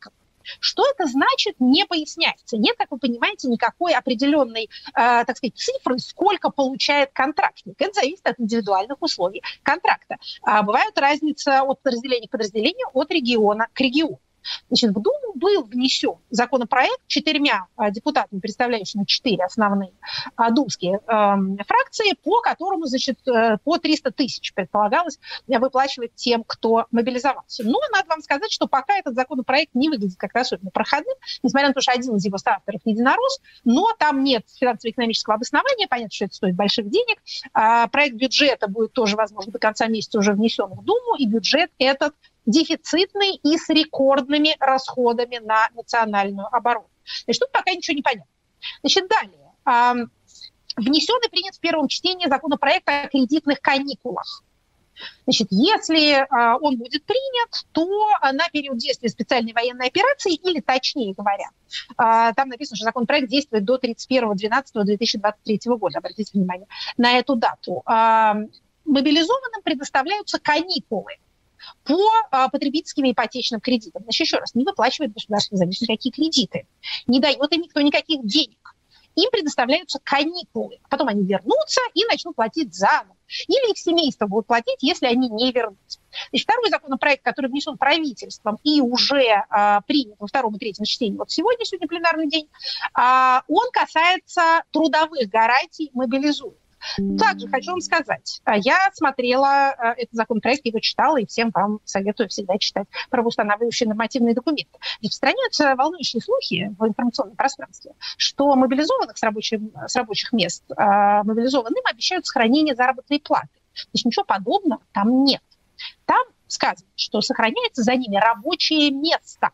Что это значит, не поясняется. Нет, как вы понимаете, никакой определенной, э, так сказать, цифры, сколько получает контрактник. Это зависит от индивидуальных условий контракта. А бывают разницы от подразделения к подразделению, от региона к региону. Значит, в Думу был внесен законопроект четырьмя депутатами, представляющими четыре основные думские э, фракции, по которому, значит, по триста тысяч предполагалось выплачивать тем, кто мобилизовался. Но надо вам сказать, что пока этот законопроект не выглядит как-то особенно проходным, несмотря на то, что один из его соавторов единорос, но там нет финансово-экономического обоснования, понятно, что это стоит больших денег. А проект бюджета будет тоже, возможно, до конца месяца уже внесен в Думу, и бюджет этот дефицитный и с рекордными расходами на национальную оборону. Значит, тут пока ничего не понятно. Значит, далее. Внесен и принят в первом чтении законопроект о кредитных каникулах. Значит, если он будет принят, то на период действия специальной военной операции, или точнее говоря, там написано, что законопроект действует до тридцать первого двенадцатого две тысячи двадцать третьего года, обратите внимание на эту дату, мобилизованным предоставляются каникулы по а, потребительским и ипотечным кредитам. Значит, еще раз, не выплачивает государство за них никакие кредиты, не дает им никто никаких денег. Им предоставляются каникулы. Потом они вернутся и начнут платить заново. Или их семейства будут платить, если они не вернутся. Значит, второй законопроект, который внесен правительством и уже а, принят во втором и третьем чтении, вот сегодня, сегодня пленарный день, а, он касается трудовых гарантий мобилизуемых. Также хочу вам сказать, я смотрела этот законопроект, его читала, и всем вам советую всегда читать правоустанавливающие нормативные документы. Распространяются волнующие слухи в информационном пространстве, что мобилизованных с рабочих, с рабочих мест мобилизованным обещают сохранение заработной платы. Значит, ничего подобного там нет. Там сказано, что сохраняется за ними рабочее место,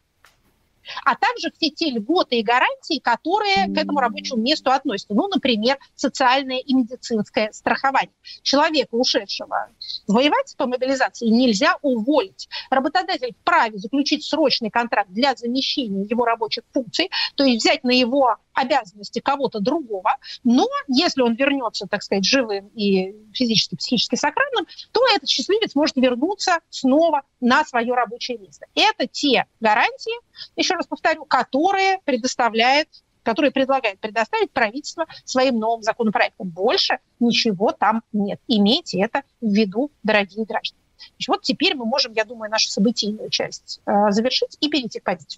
а также все те льготы и гарантии, которые к этому рабочему месту относятся. Ну, например, социальное и медицинское страхование. Человека, ушедшего воевать по мобилизации, нельзя уволить. Работодатель вправе заключить срочный контракт для замещения его рабочих функций, то есть взять на его обязанности кого-то другого, но если он вернется, так сказать, живым и физически, психически сохранным, то этот счастливец может вернуться снова на свое рабочее место. Это те гарантии, еще раз повторю, которые предоставляет, которые предлагает предоставить правительство своим новым законопроектом. Больше ничего там нет. Имейте это в виду, дорогие граждане. Значит, вот теперь мы можем, я думаю, нашу событийную часть э, завершить и перейти к понятию.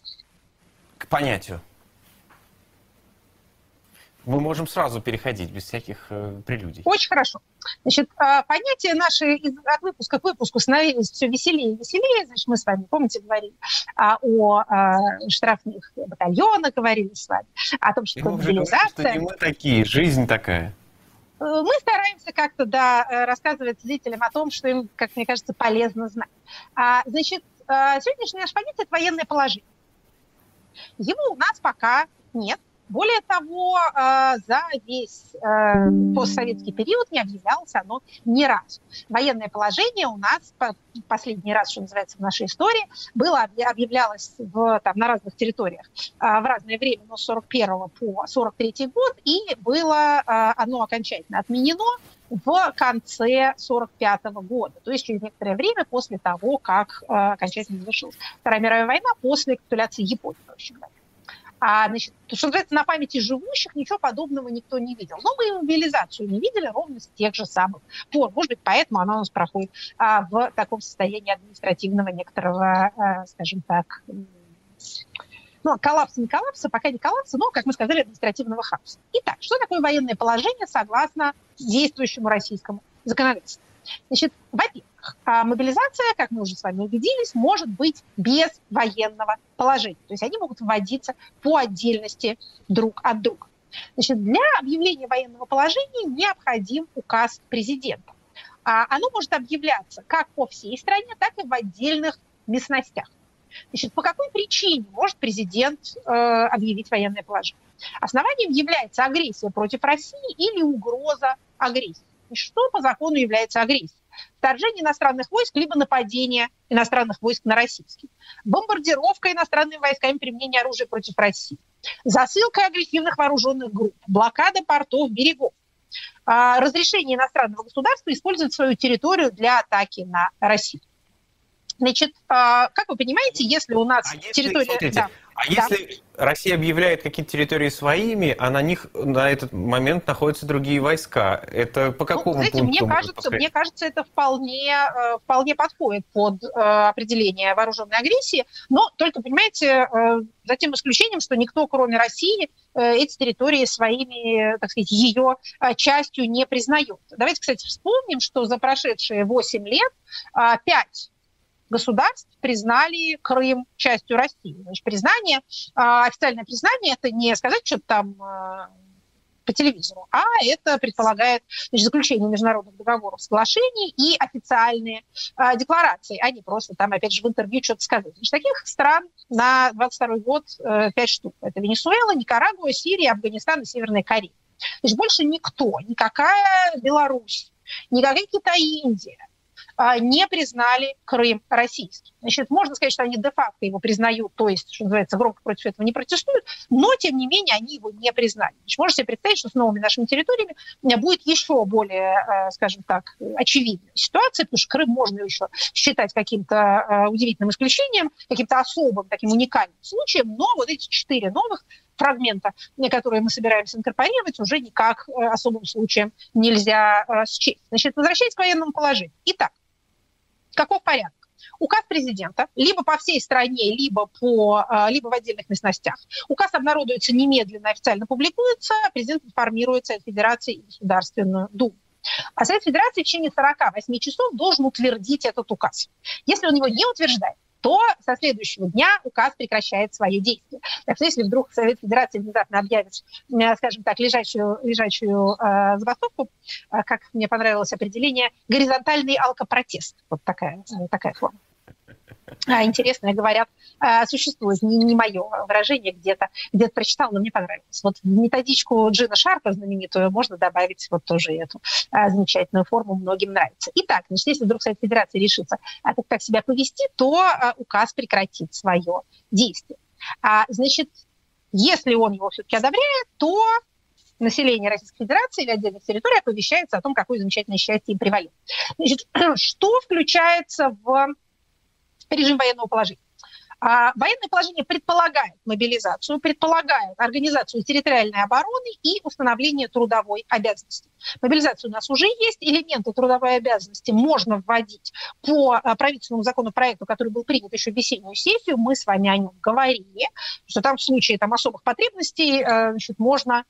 К понятию. Мы можем сразу переходить, без всяких э, прелюдий. Очень хорошо. Значит, э, понятия наши из, от выпуска к выпуску становились все веселее и веселее. Значит, мы с вами, помните, говорили а, о а, штрафных батальонах, говорили с вами, о том, что мобилизация... Что не мы такие, жизнь такая. Мы стараемся как-то, да, рассказывать зрителям о том, что им, как мне кажется, полезно знать. А, значит, сегодняшнее наше понятие – это военное положение. Его у нас пока нет. Более того, за весь постсоветский период не объявлялось оно ни разу. Военное положение у нас последний раз, что называется, в нашей истории, было объявлялось в, там, на разных территориях в разное время, но с сорок первого по сорок третий год, и было оно окончательно отменено в конце сорок пятого года, то есть через некоторое время после того, как окончательно завершилась Вторая мировая война, после капитуляции Японии, в общем говоря. А, значит, что называется, на памяти живущих ничего подобного никто не видел. Но мы и мобилизацию не видели ровно с тех же самых пор. Может быть, поэтому она у нас проходит а, в таком состоянии административного некоторого, а, скажем так, ну, коллапса, не коллапса, пока не коллапса, но, как мы сказали, административного хаоса. Итак, что такое военное положение согласно действующему российскому законодательству? Значит, во-первых, мобилизация, как мы уже с вами убедились, может быть без военного положения. То есть они могут вводиться по отдельности друг от друга. Значит, для объявления военного положения необходим указ президента. Оно может объявляться как по всей стране, так и в отдельных местностях. Значит, по какой причине может президент э, объявить военное положение? Основанием является агрессия против России или угроза агрессии. И что по закону является агрессией? Вторжение иностранных войск, либо нападение иностранных войск на российские. Бомбардировка иностранными войсками, применение оружия против России. Засылка агрессивных вооруженных групп. Блокада портов, берегов. Разрешение иностранного государства использовать свою территорию для атаки на Россию. Значит, как вы понимаете, если у нас а если, территория... Смотрите, да. А если Россия объявляет какие-то территории своими, а на них на этот момент находятся другие войска, это по какому ну, знаете, пункту? Мне кажется, мне кажется, это вполне, вполне подходит под определение вооруженной агрессии, но только, понимаете, за тем исключением, что никто, кроме России, эти территории своими, так сказать, ее частью не признает. Давайте, кстати, вспомним, что за прошедшие восемь лет пять государств признали Крым частью России. Значит, признание, официальное признание, это не сказать что-то там по телевизору, а это предполагает, значит, заключение международных договоров, соглашений и официальные а, декларации, а не просто там, опять же, в интервью что-то сказать. Значит, таких стран на двадцать второй год э, пять штук. Это Венесуэла, Никарагуа, Сирия, Афганистан и Северная Корея. Значит, больше никто, никакая Беларусь, никакая Китай и Индия не признали Крым российским. Значит, можно сказать, что они де-факто его признают, то есть, что называется, громко против этого не протестуют, но, тем не менее, они его не признали. Значит, можете себе представить, что с новыми нашими территориями будет еще более, скажем так, очевидная ситуация, потому что Крым можно еще считать каким-то удивительным исключением, каким-то особым, таким уникальным случаем, но вот эти четыре новых фрагмента, которые мы собираемся инкорпорировать, уже никак особым случаем нельзя счесть. Значит, возвращаясь к военному положению. Итак, каков порядок? Указ президента либо по всей стране, либо, по, либо в отдельных местностях. Указ обнародуется немедленно, официально публикуется, президент информирует Совет Федерации и Государственную Думу. А Совет Федерации в течение сорока восьми часов должен утвердить этот указ. Если он его не утверждает, то со следующего дня указ прекращает свое действие. Так что если вдруг Совет Федерации внезапно объявит, скажем так, лежачую, лежачую э, забастовку, э, как мне понравилось определение, горизонтальный алкопротест. Вот такая, такая форма. А, интересно, говорят, существует, не, не мое выражение, где-то где-то прочитал, но мне понравилось. Вот в методичку Джина Шарпа знаменитую можно добавить вот тоже эту а, замечательную форму, многим нравится. Итак, значит, если вдруг Совет Федерации решится а, так, так себя повести, то а, указ прекратит свое действие. А, значит, если он его все-таки одобряет, то население Российской Федерации или отдельных территорий оповещается о том, какое замечательное счастье им привалило. Значит, что включается в режим военного положения? А военное положение предполагает мобилизацию, предполагает организацию территориальной обороны и установление трудовой обязанности. Мобилизация у нас уже есть, элементы трудовой обязанности можно вводить по правительственному законопроекту, который был принят еще в весеннюю сессию. Мы с вами о нем говорили, что там в случае там, особых потребностей значит, можно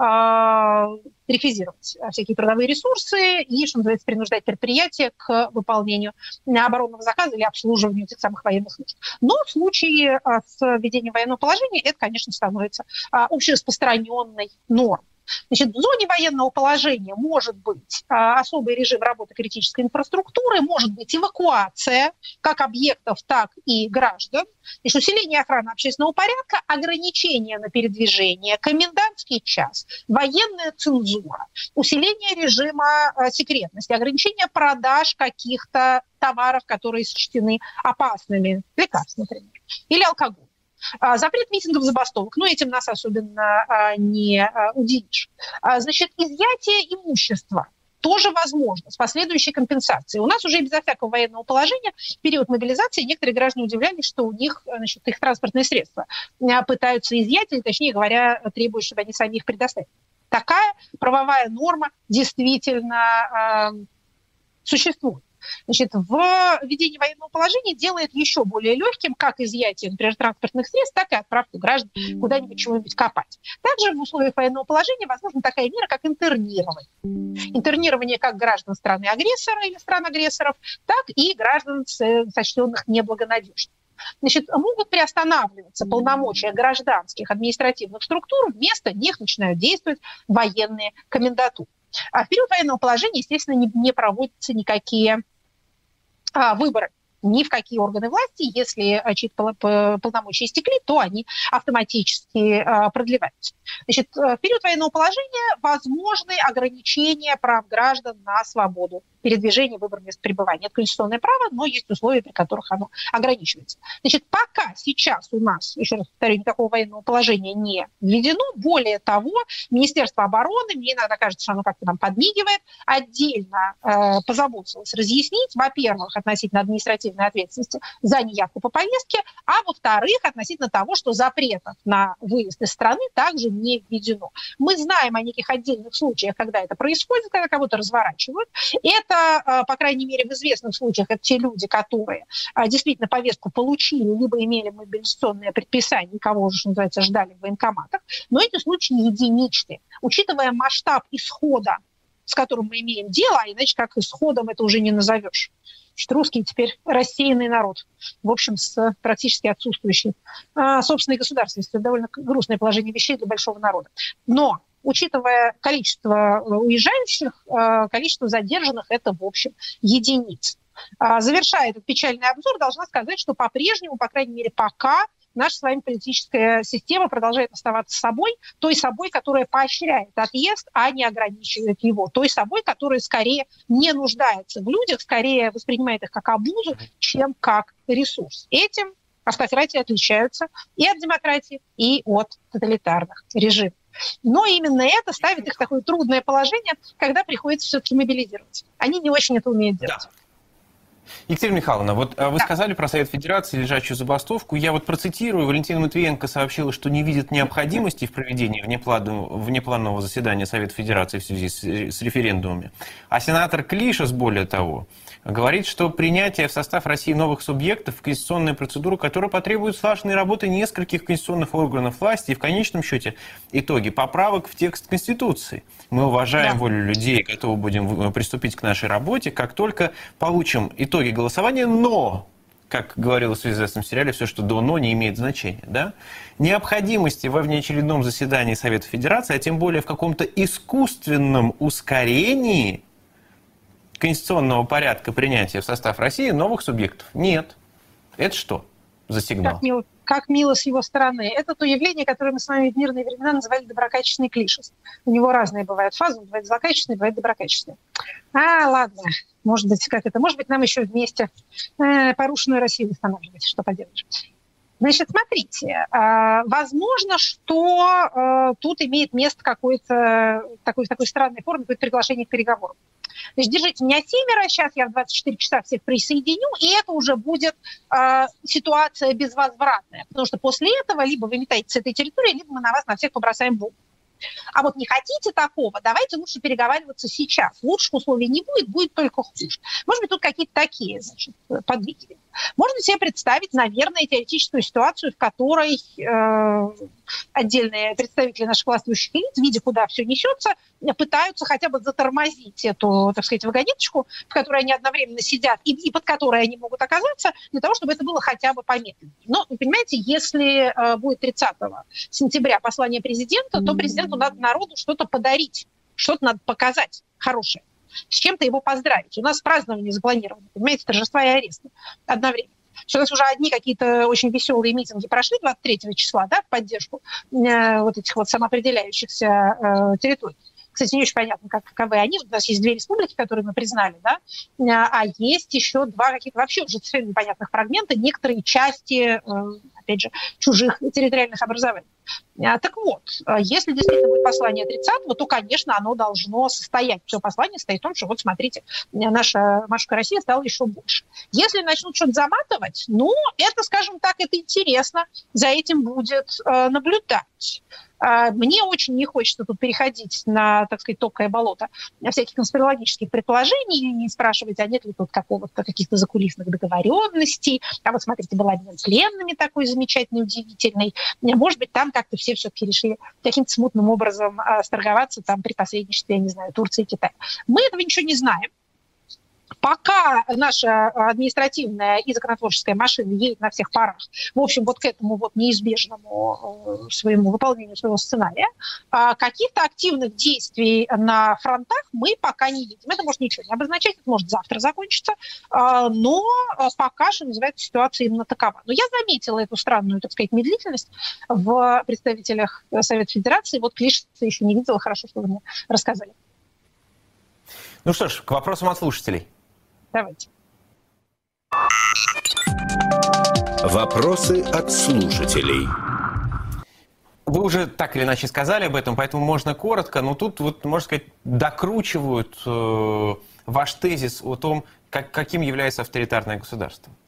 реквизировать всякие трудовые ресурсы и, что называется, принуждать предприятия к выполнению оборонного заказа или обслуживанию этих самых военных нужд. Но в случае с введением военного положения это, конечно, становится общераспространенной нормой. Значит, в зоне военного положения может быть а, особый режим работы критической инфраструктуры, может быть эвакуация как объектов, так и граждан, значит, усиление охраны общественного порядка, ограничения на передвижение, комендантский час, военная цензура, усиление режима а, секретности, ограничение продаж каких-то товаров, которые сочтены опасными, лекарств, например, или алкоголь. Запрет митингов, забастовок, но этим нас особенно не удивишь. Значит, изъятие имущества тоже возможно с последующей компенсацией. У нас уже безо всякого военного положения в период мобилизации некоторые граждане удивлялись, что у них, значит, их транспортные средства пытаются изъять, или, точнее говоря, требуют, чтобы они сами их предоставили. Такая правовая норма действительно э, существует. Значит, введение военного положения делает еще более легким как изъятие, например, транспортных средств, так и отправку граждан куда-нибудь чего-нибудь копать. Также в условиях военного положения возможна такая мера, как интернирование. Интернирование как граждан страны-агрессора или стран-агрессоров, так и граждан, сочтенных неблагонадежными. Значит, могут приостанавливаться полномочия гражданских административных структур, вместо них начинают действовать военные комендатуры. А в период военного положения, естественно, не, не проводятся никакие а, выборы ни в какие органы власти. Если чьи-то полномочия истекли, то они автоматически а, продлеваются. Значит, в период военного положения возможны ограничения прав граждан на свободу передвижения, выбор места пребывания. Это конституционное право, но есть условия, при которых оно ограничивается. Значит, пока сейчас у нас, еще раз повторю, никакого военного положения не введено. Более того, Министерство обороны, мне иногда кажется, что оно как-то нам подмигивает, отдельно э, позаботилось разъяснить, во-первых, относительно административных административной ответственности за неявку по повестке, а во-вторых, относительно того, что запретов на выезд из страны также не введено. Мы знаем о неких отдельных случаях, когда это происходит, когда кого-то разворачивают. Это, по крайней мере, в известных случаях, это те люди, которые действительно повестку получили, либо имели мобилизационное предписание, кого уже, что называется, ждали в военкоматах. Но эти случаи единичны. Учитывая масштаб исхода, с которым мы имеем дело, а иначе как исходом это уже не назовешь. Значит, русские теперь рассеянный народ, в общем, с практически отсутствующей а, собственной государственностью. Это довольно грустное положение вещей для большого народа. Но, учитывая количество уезжающих, количество задержанных, это, в общем, единиц. Завершая этот печальный обзор, должна сказать, что по-прежнему, по крайней мере, пока наша с вами политическая система продолжает оставаться собой, той собой, которая поощряет отъезд, а не ограничивает его, той собой, которая скорее не нуждается в людях, скорее воспринимает их как обузу, чем как ресурс. Этим автократии отличаются и от демократии, и от тоталитарных режимов. Но именно это ставит их в такое трудное положение, когда приходится все-таки мобилизироваться. Они не очень это умеют делать. Да. Екатерина Михайловна, вот вы да. сказали про Совет Федерации, лежачую забастовку. Я вот процитирую. Валентина Матвиенко сообщила, что не видит необходимости в проведении внепланового заседания Совета Федерации в связи с, с референдумами. А сенатор Клишес, более того, говорит, что принятие в состав России новых субъектов – конституционная процедура, которая потребует слаженной работы нескольких конституционных органов власти и в конечном счете итоги поправок в текст Конституции. Мы уважаем да. волю людей, готовы будем приступить к нашей работе, как только получим итоги голосования, но, как говорилось в известном сериале, все, что до «но», не имеет значения. Да? Необходимости во внеочередном заседании Совета Федерации, а тем более в каком-то искусственном ускорении конституционного порядка принятия в состав России новых субъектов нет. Это что за сигнал? Как мило, как мило с его стороны. Это то явление, которое мы с вами в мирные времена называли доброкачественный клишес. У него разные бывают фазы, бывает злокачественный, бывает доброкачественный. А, ладно, может быть, как это? Может быть, нам еще вместе э, порушенную Россию восстанавливать, что поделаешь. Значит, смотрите, э, возможно, что э, тут имеет место какой-то такой, в такой странной форме, какое-то приглашение к переговорам. Значит, держите меня семеро, сейчас я в двадцать четыре часа всех присоединю, и это уже будет э, ситуация безвозвратная. Потому что после этого либо вы метаетесь с этой территории, либо мы на вас на всех побросаем бомбу. А вот не хотите такого, давайте лучше переговариваться сейчас. Лучших условий не будет, будет только хуже. Может быть, тут какие-то такие, значит, подвигли. Можно себе представить, наверное, теоретическую ситуацию, в которой э, отдельные представители наших властвующих элит, видя, куда все несется, пытаются хотя бы затормозить эту, так сказать, вагонеточку, в которой они одновременно сидят и, и под которой они могут оказаться, для того, чтобы это было хотя бы помедленнее. Но, вы понимаете, если э, будет тридцатого сентября послание президента, то президенту надо народу что-то подарить, что-то надо показать хорошее. С чем-то его поздравить. У нас празднование запланировано, понимаете, торжества и аресты одновременно. Что у нас уже одни какие-то очень веселые митинги прошли двадцать третьего числа, да, в поддержку э, вот этих вот самоопределяющихся э, территорий. Кстати, не очень понятно, как, каковы они. У нас есть две республики, которые мы признали, да, а есть еще два каких-то вообще уже совершенно непонятных фрагмента, некоторые части, э, опять же, чужих территориальных образований. Так вот, если действительно будет послание тридцатого, то, конечно, оно должно состоять. Все послание состоит в том, что, вот смотрите, наша матушка Россия стала еще больше. Если начнут что-то заматывать, ну, это, скажем так, это интересно, за этим будет э, наблюдать. Мне очень не хочется тут переходить на, так сказать, топкое болото всяких конспирологических предположений и спрашивать, а нет ли тут какого-то, каких-то закулисных договоренностей. А вот, смотрите, был обмен пленными такой замечательный, удивительный. Может быть, там как-то все все-таки решили каким-то смутным образом сторговаться там при посредничестве, я не знаю, Турции и Китая. Мы этого ничего не знаем. Пока наша административная и законотворческая машина едет на всех парах, в общем, вот к этому вот неизбежному своему выполнению своего сценария, каких-то активных действий на фронтах мы пока не видим. Это может ничего не обозначать, это может завтра закончиться, но пока, что называется, ситуация именно такова. Но я заметила эту странную, так сказать, медлительность в представителях Совета Федерации. Вот Клишеса еще не видела, хорошо, что вы мне рассказали. Ну что ж, к вопросам от слушателей. Давайте. Вопросы от слушателей. Вы уже так или иначе сказали об этом, поэтому можно коротко, но тут, вот, можно сказать, докручивают э, ваш тезис о том, как, каким является авторитарное государство.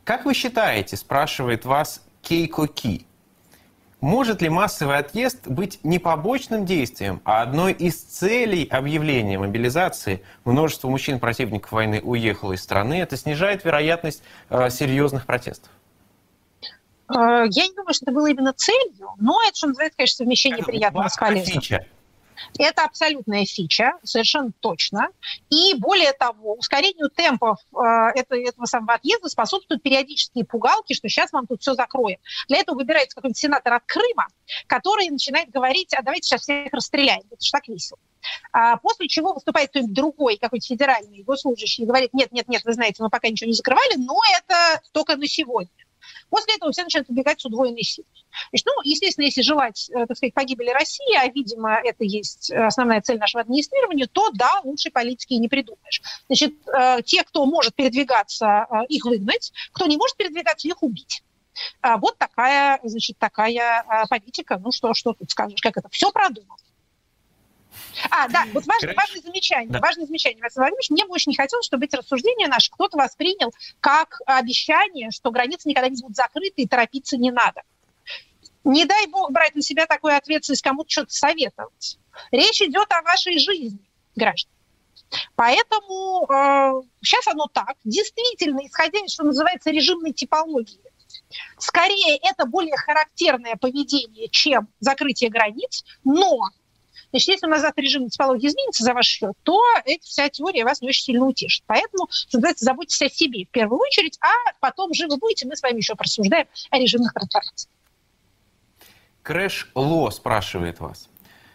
Как вы считаете, спрашивает вас Кейко Ки, может ли массовый отъезд быть не побочным действием, а одной из целей объявления мобилизации? Множество мужчин-противников войны уехало из страны. Это снижает вероятность э, серьезных протестов. Я не думаю, что это было именно целью, но это, что называется, конечно, совмещение это приятного с полезным. Фича. Это абсолютная фича, совершенно точно. И более того, ускорению темпов э, этого, этого самого отъезда способствуют периодические пугалки, что сейчас вам тут все закроем. Для этого выбирается какой-нибудь сенатор от Крыма, который начинает говорить, а давайте сейчас всех расстреляем. Это же так весело. А после чего выступает кто-нибудь другой, какой-то федеральный госслужащий, и говорит, нет-нет-нет, вы знаете, мы пока ничего не закрывали, но это только на сегодня. После этого все начинают убегать с удвоенной силой. Значит, ну, естественно, если желать, так сказать, погибели России, а, видимо, это есть основная цель нашего администрирования, то, да, лучшей политики и не придумаешь. Значит, те, кто может передвигаться, их выгнать, кто не может передвигаться, их убить. Вот такая, значит, такая политика. Ну, что, что тут скажешь, как это? Все продумано. А, да, вот важное, важное замечание. Да. Важное замечание, Василий Владимирович. Мне бы очень не хотелось, чтобы эти рассуждения наши кто-то воспринял как обещание, что границы никогда не будут закрыты и торопиться не надо. Не дай бог брать на себя такую ответственность, кому-то что-то советовать. Речь идет о вашей жизни, граждане. Поэтому э, сейчас оно так. Действительно, исходя из, что называется, режимной типологии, скорее это более характерное поведение, чем закрытие границ, но значит, если у нас завтра режим типологии изменится за ваш счет, то эта вся теория вас не очень сильно утешит. Поэтому, что называется, заботьтесь о себе в первую очередь, а потом живы будете, мы с вами еще порассуждаем о режимных трансформациях. Крэш Ло спрашивает вас.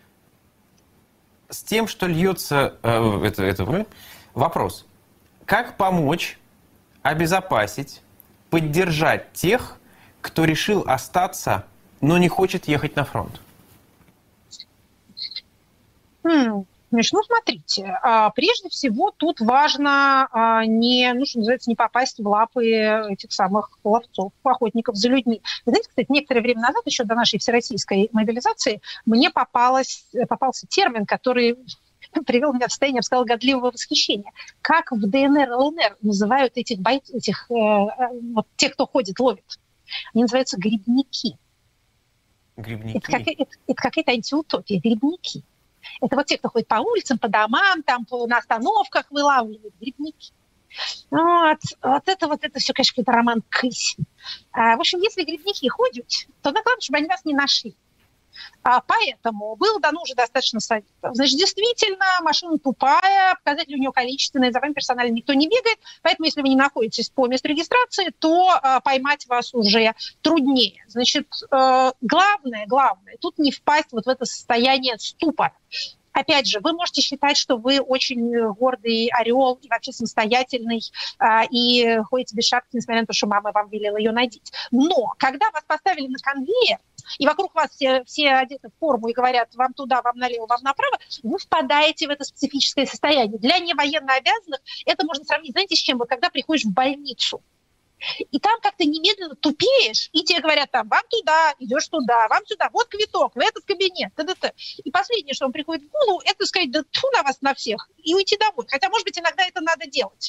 С тем, что льется... Э, это, это, вопрос. Как помочь, обезопасить, поддержать тех, кто решил остаться, но не хочет ехать на фронт? Хм, значит, ну, смотрите, прежде всего тут важно не, ну, что называется, не попасть в лапы этих самых ловцов, охотников за людьми. Вы знаете, кстати, некоторое время назад, еще до нашей всероссийской мобилизации, мне попалось, попался термин, который привел меня в состояние, я бы сказала, годливого восхищения. Как в ДНР, ЛНР называют этих бойцов, этих, э, вот, тех, кто ходит, ловит? Они называются грибники. Грибники? Это, как, это, это какая-то антиутопия, грибники. Это вот те, кто ходит по улицам, по домам, там по, на остановках вылавливают грибники. Вот, вот это вот это все, конечно, какой-то роман Кысь. А, в общем, если грибники ходят, то главное, чтобы они вас не нашли. А, поэтому было дано уже достаточно советов. Значит, действительно, машина тупая, показатели у нее количественные, за вами персонально никто не бегает, поэтому если вы не находитесь по месту регистрации, то а, поймать вас уже труднее. Значит, э, главное, главное, тут не впасть вот в это состояние ступора. Опять же, вы можете считать, что вы очень гордый орел и вообще самостоятельный, а, и ходите без шапки, несмотря на то, что мама вам велела ее надеть. Но когда вас поставили на конвейер, и вокруг вас все, все одеты в форму и говорят вам туда, вам налево, вам направо, вы впадаете в это специфическое состояние. Для невоенно обязанных это можно сравнить, знаете, с чем? Вот когда приходишь в больницу, и там как-то немедленно тупеешь, и тебе говорят, там, вам туда, идешь туда, вам сюда, вот квиток, в этот кабинет, т.д.т. И последнее, что вам приходит в голову, это сказать, да тьфу на вас на всех, и уйти домой. Хотя, может быть, иногда это надо делать.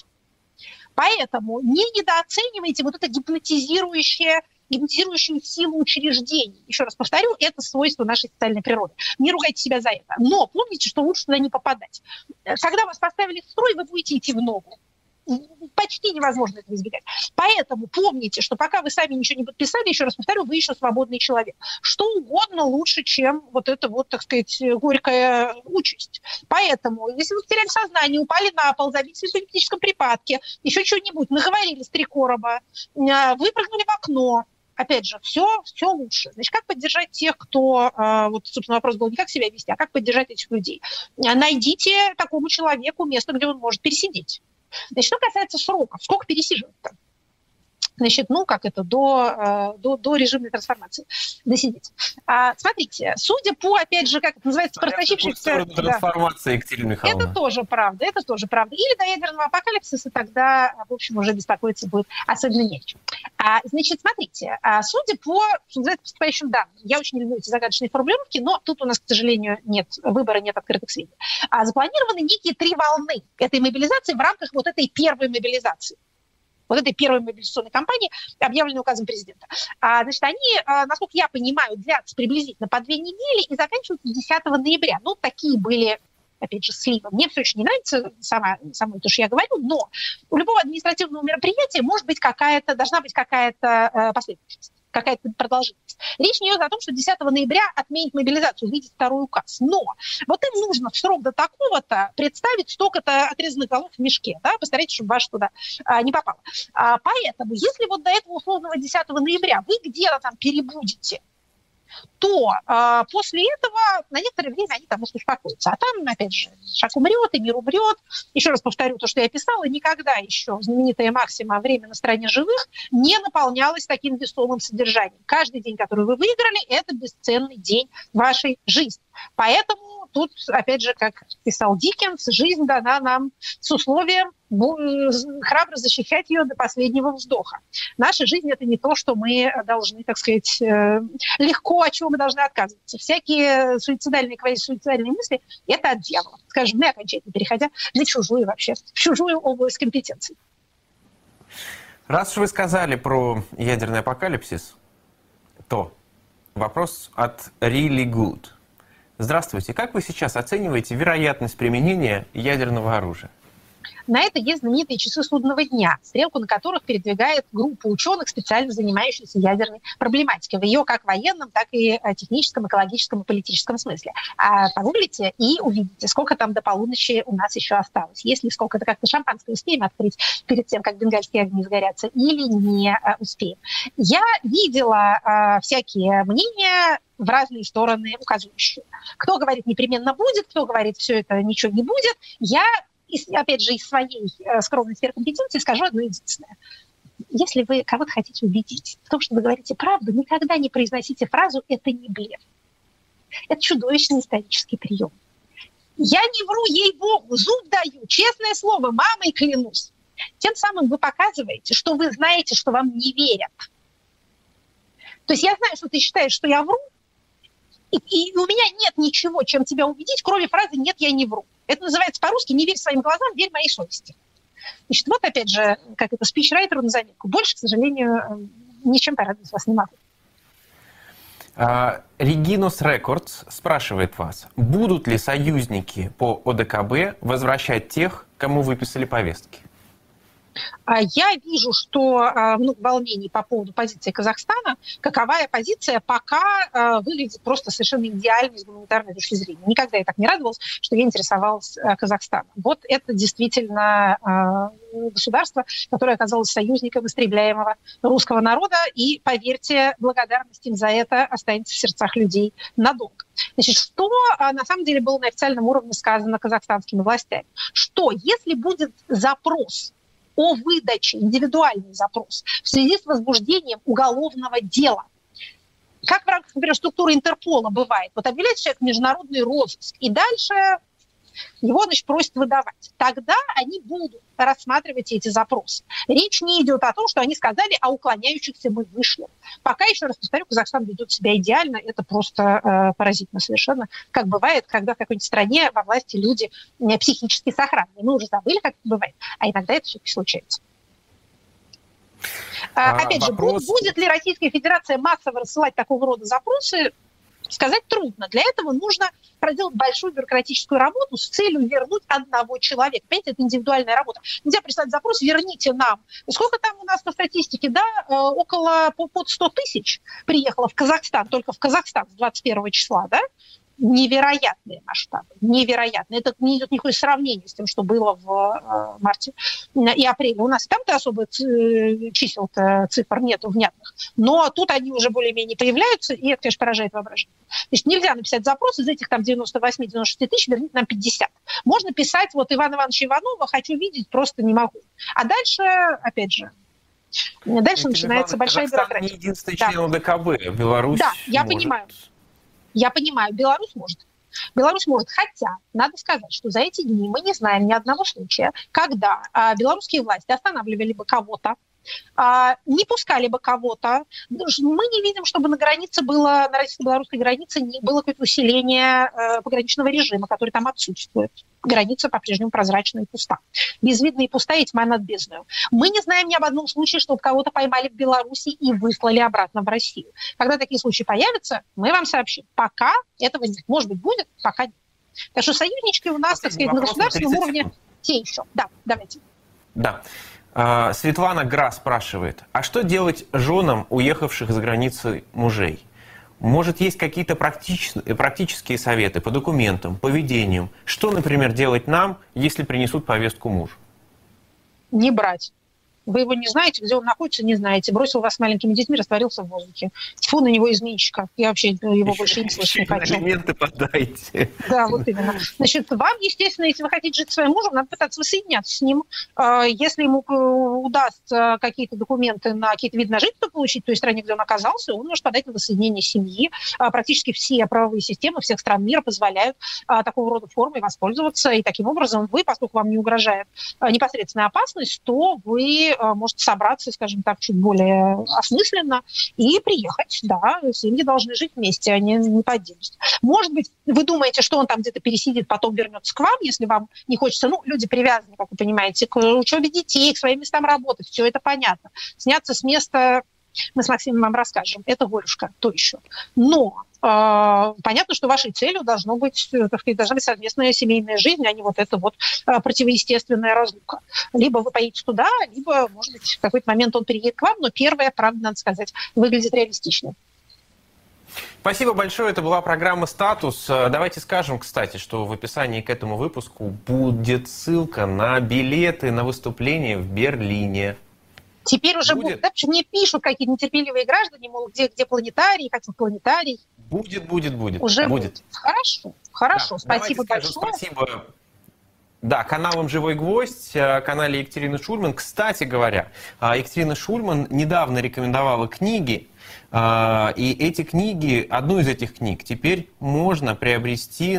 Поэтому не недооценивайте вот это гипнотизирующее гипнотизирующую силу учреждений. Еще раз повторю, это свойство нашей социальной природы. Не ругайте себя за это. Но помните, что лучше туда не попадать. Когда вас поставили в строй, вы будете идти в ногу. Почти невозможно этого избегать. Поэтому помните, что пока вы сами ничего не подписали, еще раз повторю, вы еще свободный человек. Что угодно лучше, чем вот эта вот, так сказать, горькая участь. Поэтому, если вы потеряли сознание, упали на пол, забились в эпилептическом припадке, еще что-нибудь, наговорились три короба, выпрыгнули в окно, опять же, все, все лучше. Значит, как поддержать тех, кто... Вот, собственно, вопрос был не как себя вести, а как поддержать этих людей. Найдите такому человеку место, где он может пересидеть. Значит, что касается сроков, сколько пересиживать-то? Значит, ну, как это, до, до, до режимной трансформации досидеть. А, смотрите, судя по, опять же, как это называется, просочившейся... Трансформация, да, Екатерина Михайловна. Это тоже правда, это тоже правда. Или до ядерного апокалипсиса, тогда, в общем, уже беспокоиться будет особенно не о чем. А, значит, смотрите, а, судя по, что называется, поступающим данным, я очень люблю эти загадочные формулировки, но тут у нас, к сожалению, нет выбора, нет открытых сведений. А, запланированы некие три волны этой мобилизации в рамках вот этой первой мобилизации. вот этой первой мобилизационной кампании, объявленной указом президента. А, значит, они, а, насколько я понимаю, длятся приблизительно по две недели и заканчиваются десятого ноября. Ну, такие были, опять же, сливы. Мне все очень не нравится сама, само то, что я говорю, но у любого административного мероприятия может быть какая-то, должна быть какая-то э, последовательность, какая-то продолжительность. Речь не идет о том, что десятого ноября отменить мобилизацию, выйдет второй указ. Но вот им нужно в срок до такого-то представить столько-то отрезанных голов в мешке. Да? Постарайтесь, чтобы ваш туда а, не попало. А, поэтому, если вот до этого условного десятого ноября вы где-то там перебудете, то э, после этого на некоторое время они там может успокоятся. А там, опять же, шаг умрет, и мир умрет. Еще раз повторю то, что я писала, никогда еще знаменитая максима «время на стороне живых» не наполнялась таким весомым содержанием. Каждый день, который вы выиграли, это бесценный день вашей жизни. Поэтому тут, опять же, как писал Диккенс, жизнь дана нам с условием храбро защищать ее до последнего вздоха. Наша жизнь – это не то, что мы должны, так сказать, легко, от чего мы должны отказываться. Всякие суицидальные, квазисуицидальные мысли – это от дьявола. Скажем, мы окончательно переходя на чужую вообще, в чужую область компетенций. Раз уж вы сказали про ядерный апокалипсис, то вопрос от Really Good. Здравствуйте. Как вы сейчас оцениваете вероятность применения ядерного оружия? На это есть знаменитые часы судного дня, стрелку на которых передвигает группа ученых, специально занимающихся ядерной проблематикой, в ее как военном, так и техническом, экологическом и политическом смысле. А погуглите и увидите, сколько там до полуночи у нас еще осталось. Если сколько-то как-то шампанское успеем открыть перед тем, как бенгальские огни сгорятся, или не успеем. Я видела а, всякие мнения в разные стороны указывающие. Кто говорит, непременно будет, кто говорит, все это ничего не будет. Я И, опять же, из своей э, скромной сферы компетенции скажу одно единственное. Если вы кого-то хотите убедить в том, что вы говорите правду, никогда не произносите фразу «это не блеф». Это чудовищный исторический прием. Я не вру, ей-богу, зуб даю, честное слово, мамой клянусь. Тем самым вы показываете, что вы знаете, что вам не верят. То есть я знаю, что ты считаешь, что я вру, и, и у меня нет ничего, чем тебя убедить, кроме фразы «нет, я не вру». Это называется по-русски «не верь своим глазам, верь моей совести». Значит, вот опять же, как это спичрайтеру на заметку. Больше, к сожалению, ничем порадовать вас не могу. Регинус Рекордс спрашивает вас, будут ли союзники по О Дэ Ка Бэ возвращать тех, кому выписали повестки? Я вижу, что много волнений по поводу позиции Казахстана. Каковая позиция пока выглядит просто совершенно идеальной с гуманитарной точки зрения. Никогда я так не радовалась, что я интересовалась Казахстаном. Вот это действительно государство, которое оказалось союзником истребляемого русского народа. И, поверьте, благодарность им за это останется в сердцах людей надолго. Значит, что на самом деле было на официальном уровне сказано казахстанскими властями? Что если будет запрос о выдаче, индивидуальный запрос в связи с возбуждением уголовного дела, как в рамках, например, структуры Интерпола бывает, вот объявляется человек в международный розыск, и дальше его, значит, просят выдавать. Тогда они будут рассматривать эти запросы. Речь не идет о том, что они сказали, а уклоняющихся мы вышлем. Пока, еще раз повторю, Казахстан ведет себя идеально, это просто э, поразительно совершенно, как бывает, когда в какой-нибудь стране во власти люди э, психически сохранны. Мы уже забыли, как это бывает, а иногда это все-таки случается. А, Опять вопрос... же, будет ли Российская Федерация массово рассылать такого рода запросы, сказать трудно. Для этого нужно проделать большую бюрократическую работу с целью вернуть одного человека. Понимаете, это индивидуальная работа. Нельзя прислать запрос, верните нам. Сколько там у нас по статистике, да, около под сто тысяч приехало в Казахстан, только в Казахстан с двадцать первого числа, да? Невероятные масштабы, невероятные. Это не идет никакое сравнение с тем, что было в марте и апреле. У нас там-то особо чисел-то, цифр нету внятных, но тут они уже более-менее появляются, и это, конечно, поражает воображение. Значит, нельзя написать запрос, из этих там девяносто восемь - девяносто шесть тысяч, верните нам пятьдесят. Можно писать, вот Ивана Ивановича Иванова хочу видеть, просто не могу. А дальше, опять же, дальше Ведь начинается большая бюрократия. Не единственный член О Дэ Ка Бэ, Беларусь Да, я может... понимаю. Я понимаю, Беларусь может. Беларусь может, хотя, надо сказать, что за эти дни мы не знаем ни одного случая, когда а, белорусские власти останавливали бы кого-то не пускали бы кого-то. Мы не видим, чтобы на границе было, на российско-белорусской границе не было какое-то усиление пограничного режима, который там отсутствует. Граница по-прежнему прозрачная и пуста. Безвидная и пустая, и тьма над бездною. Мы не знаем ни об одном случае, чтобы кого-то поймали в Беларуси и выслали обратно в Россию. Когда такие случаи появятся, мы вам сообщим. Пока этого нет. Может быть, будет, пока нет. Так что союзнички у нас, так сказать, на государственном уровне те еще. Да, давайте. Да. Светлана Гра спрашивает, а что делать женам уехавших за границу мужей? Может, есть какие-то практические, практические советы по документам, поведению? Что, например, делать нам, если принесут повестку мужу? Не брать. Вы его не знаете, где он находится, не знаете. Бросил вас с маленькими детьми, растворился в воздухе. Тьфу на него, изменщика. Я вообще его еще, больше не слышу не хочу. Элементы подайте. Да, вот именно. Значит, вам, естественно, если вы хотите жить своим мужем, надо пытаться воссоединяться с ним. Если ему удастся какие-то документы на какие-то виды на жительство получить в той стране, где он оказался, он может подать на воссоединение семьи. Практически все правовые системы всех стран мира позволяют такого рода формой воспользоваться. И таким образом вы, поскольку вам не угрожает непосредственная опасность, то вы может собраться, скажем так, чуть более осмысленно и приехать. Да, семьи должны жить вместе, а не, не по отдельности. Может быть, вы думаете, что он там где-то пересидит, потом вернется к вам, если вам не хочется. Ну, люди привязаны, как вы понимаете, к учебе детей, к своим местам работы. Все это понятно. Сняться с места мы с Максимом вам расскажем. Это горюшка, то еще. Но понятно, что вашей целью должно быть, так сказать, должна быть совместная семейная жизнь, а не вот эта вот противоестественная разлука. Либо вы поедете туда, либо, может быть, в какой-то момент он переедет к вам, но первое, правда, надо сказать, выглядит реалистично. Спасибо большое. Это была программа «Статус». Давайте скажем, кстати, что в описании к этому выпуску будет ссылка на билеты на выступление в Берлине. Теперь уже будет. Да, мне пишут какие-то нетерпеливые граждане, мол, где, где планетарий, хотим планетарий. Будет, будет, будет. Уже будет. будет. Хорошо, хорошо. Да, спасибо большое. Спасибо. Да, каналам «Живой гвоздь», канале Екатерины Шульман. Кстати говоря, Екатерина Шульман недавно рекомендовала книги, и эти книги, одну из этих книг теперь можно приобрести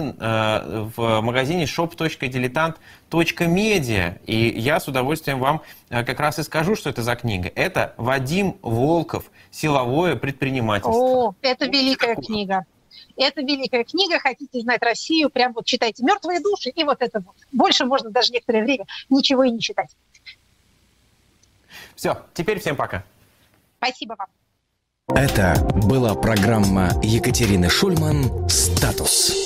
в магазине шоп точка дилетант точка медиа. И я с удовольствием вам как раз и скажу, что это за книга. Это Вадим Волков «Силовое предпринимательство». О, это великая такое? книга. Это великая книга. Хотите знать Россию, прям вот читайте «Мертвые души» и вот это вот. Больше можно даже некоторое время ничего и не читать. Все, теперь всем пока. Спасибо вам. Это была программа Екатерины Шульман «Статус».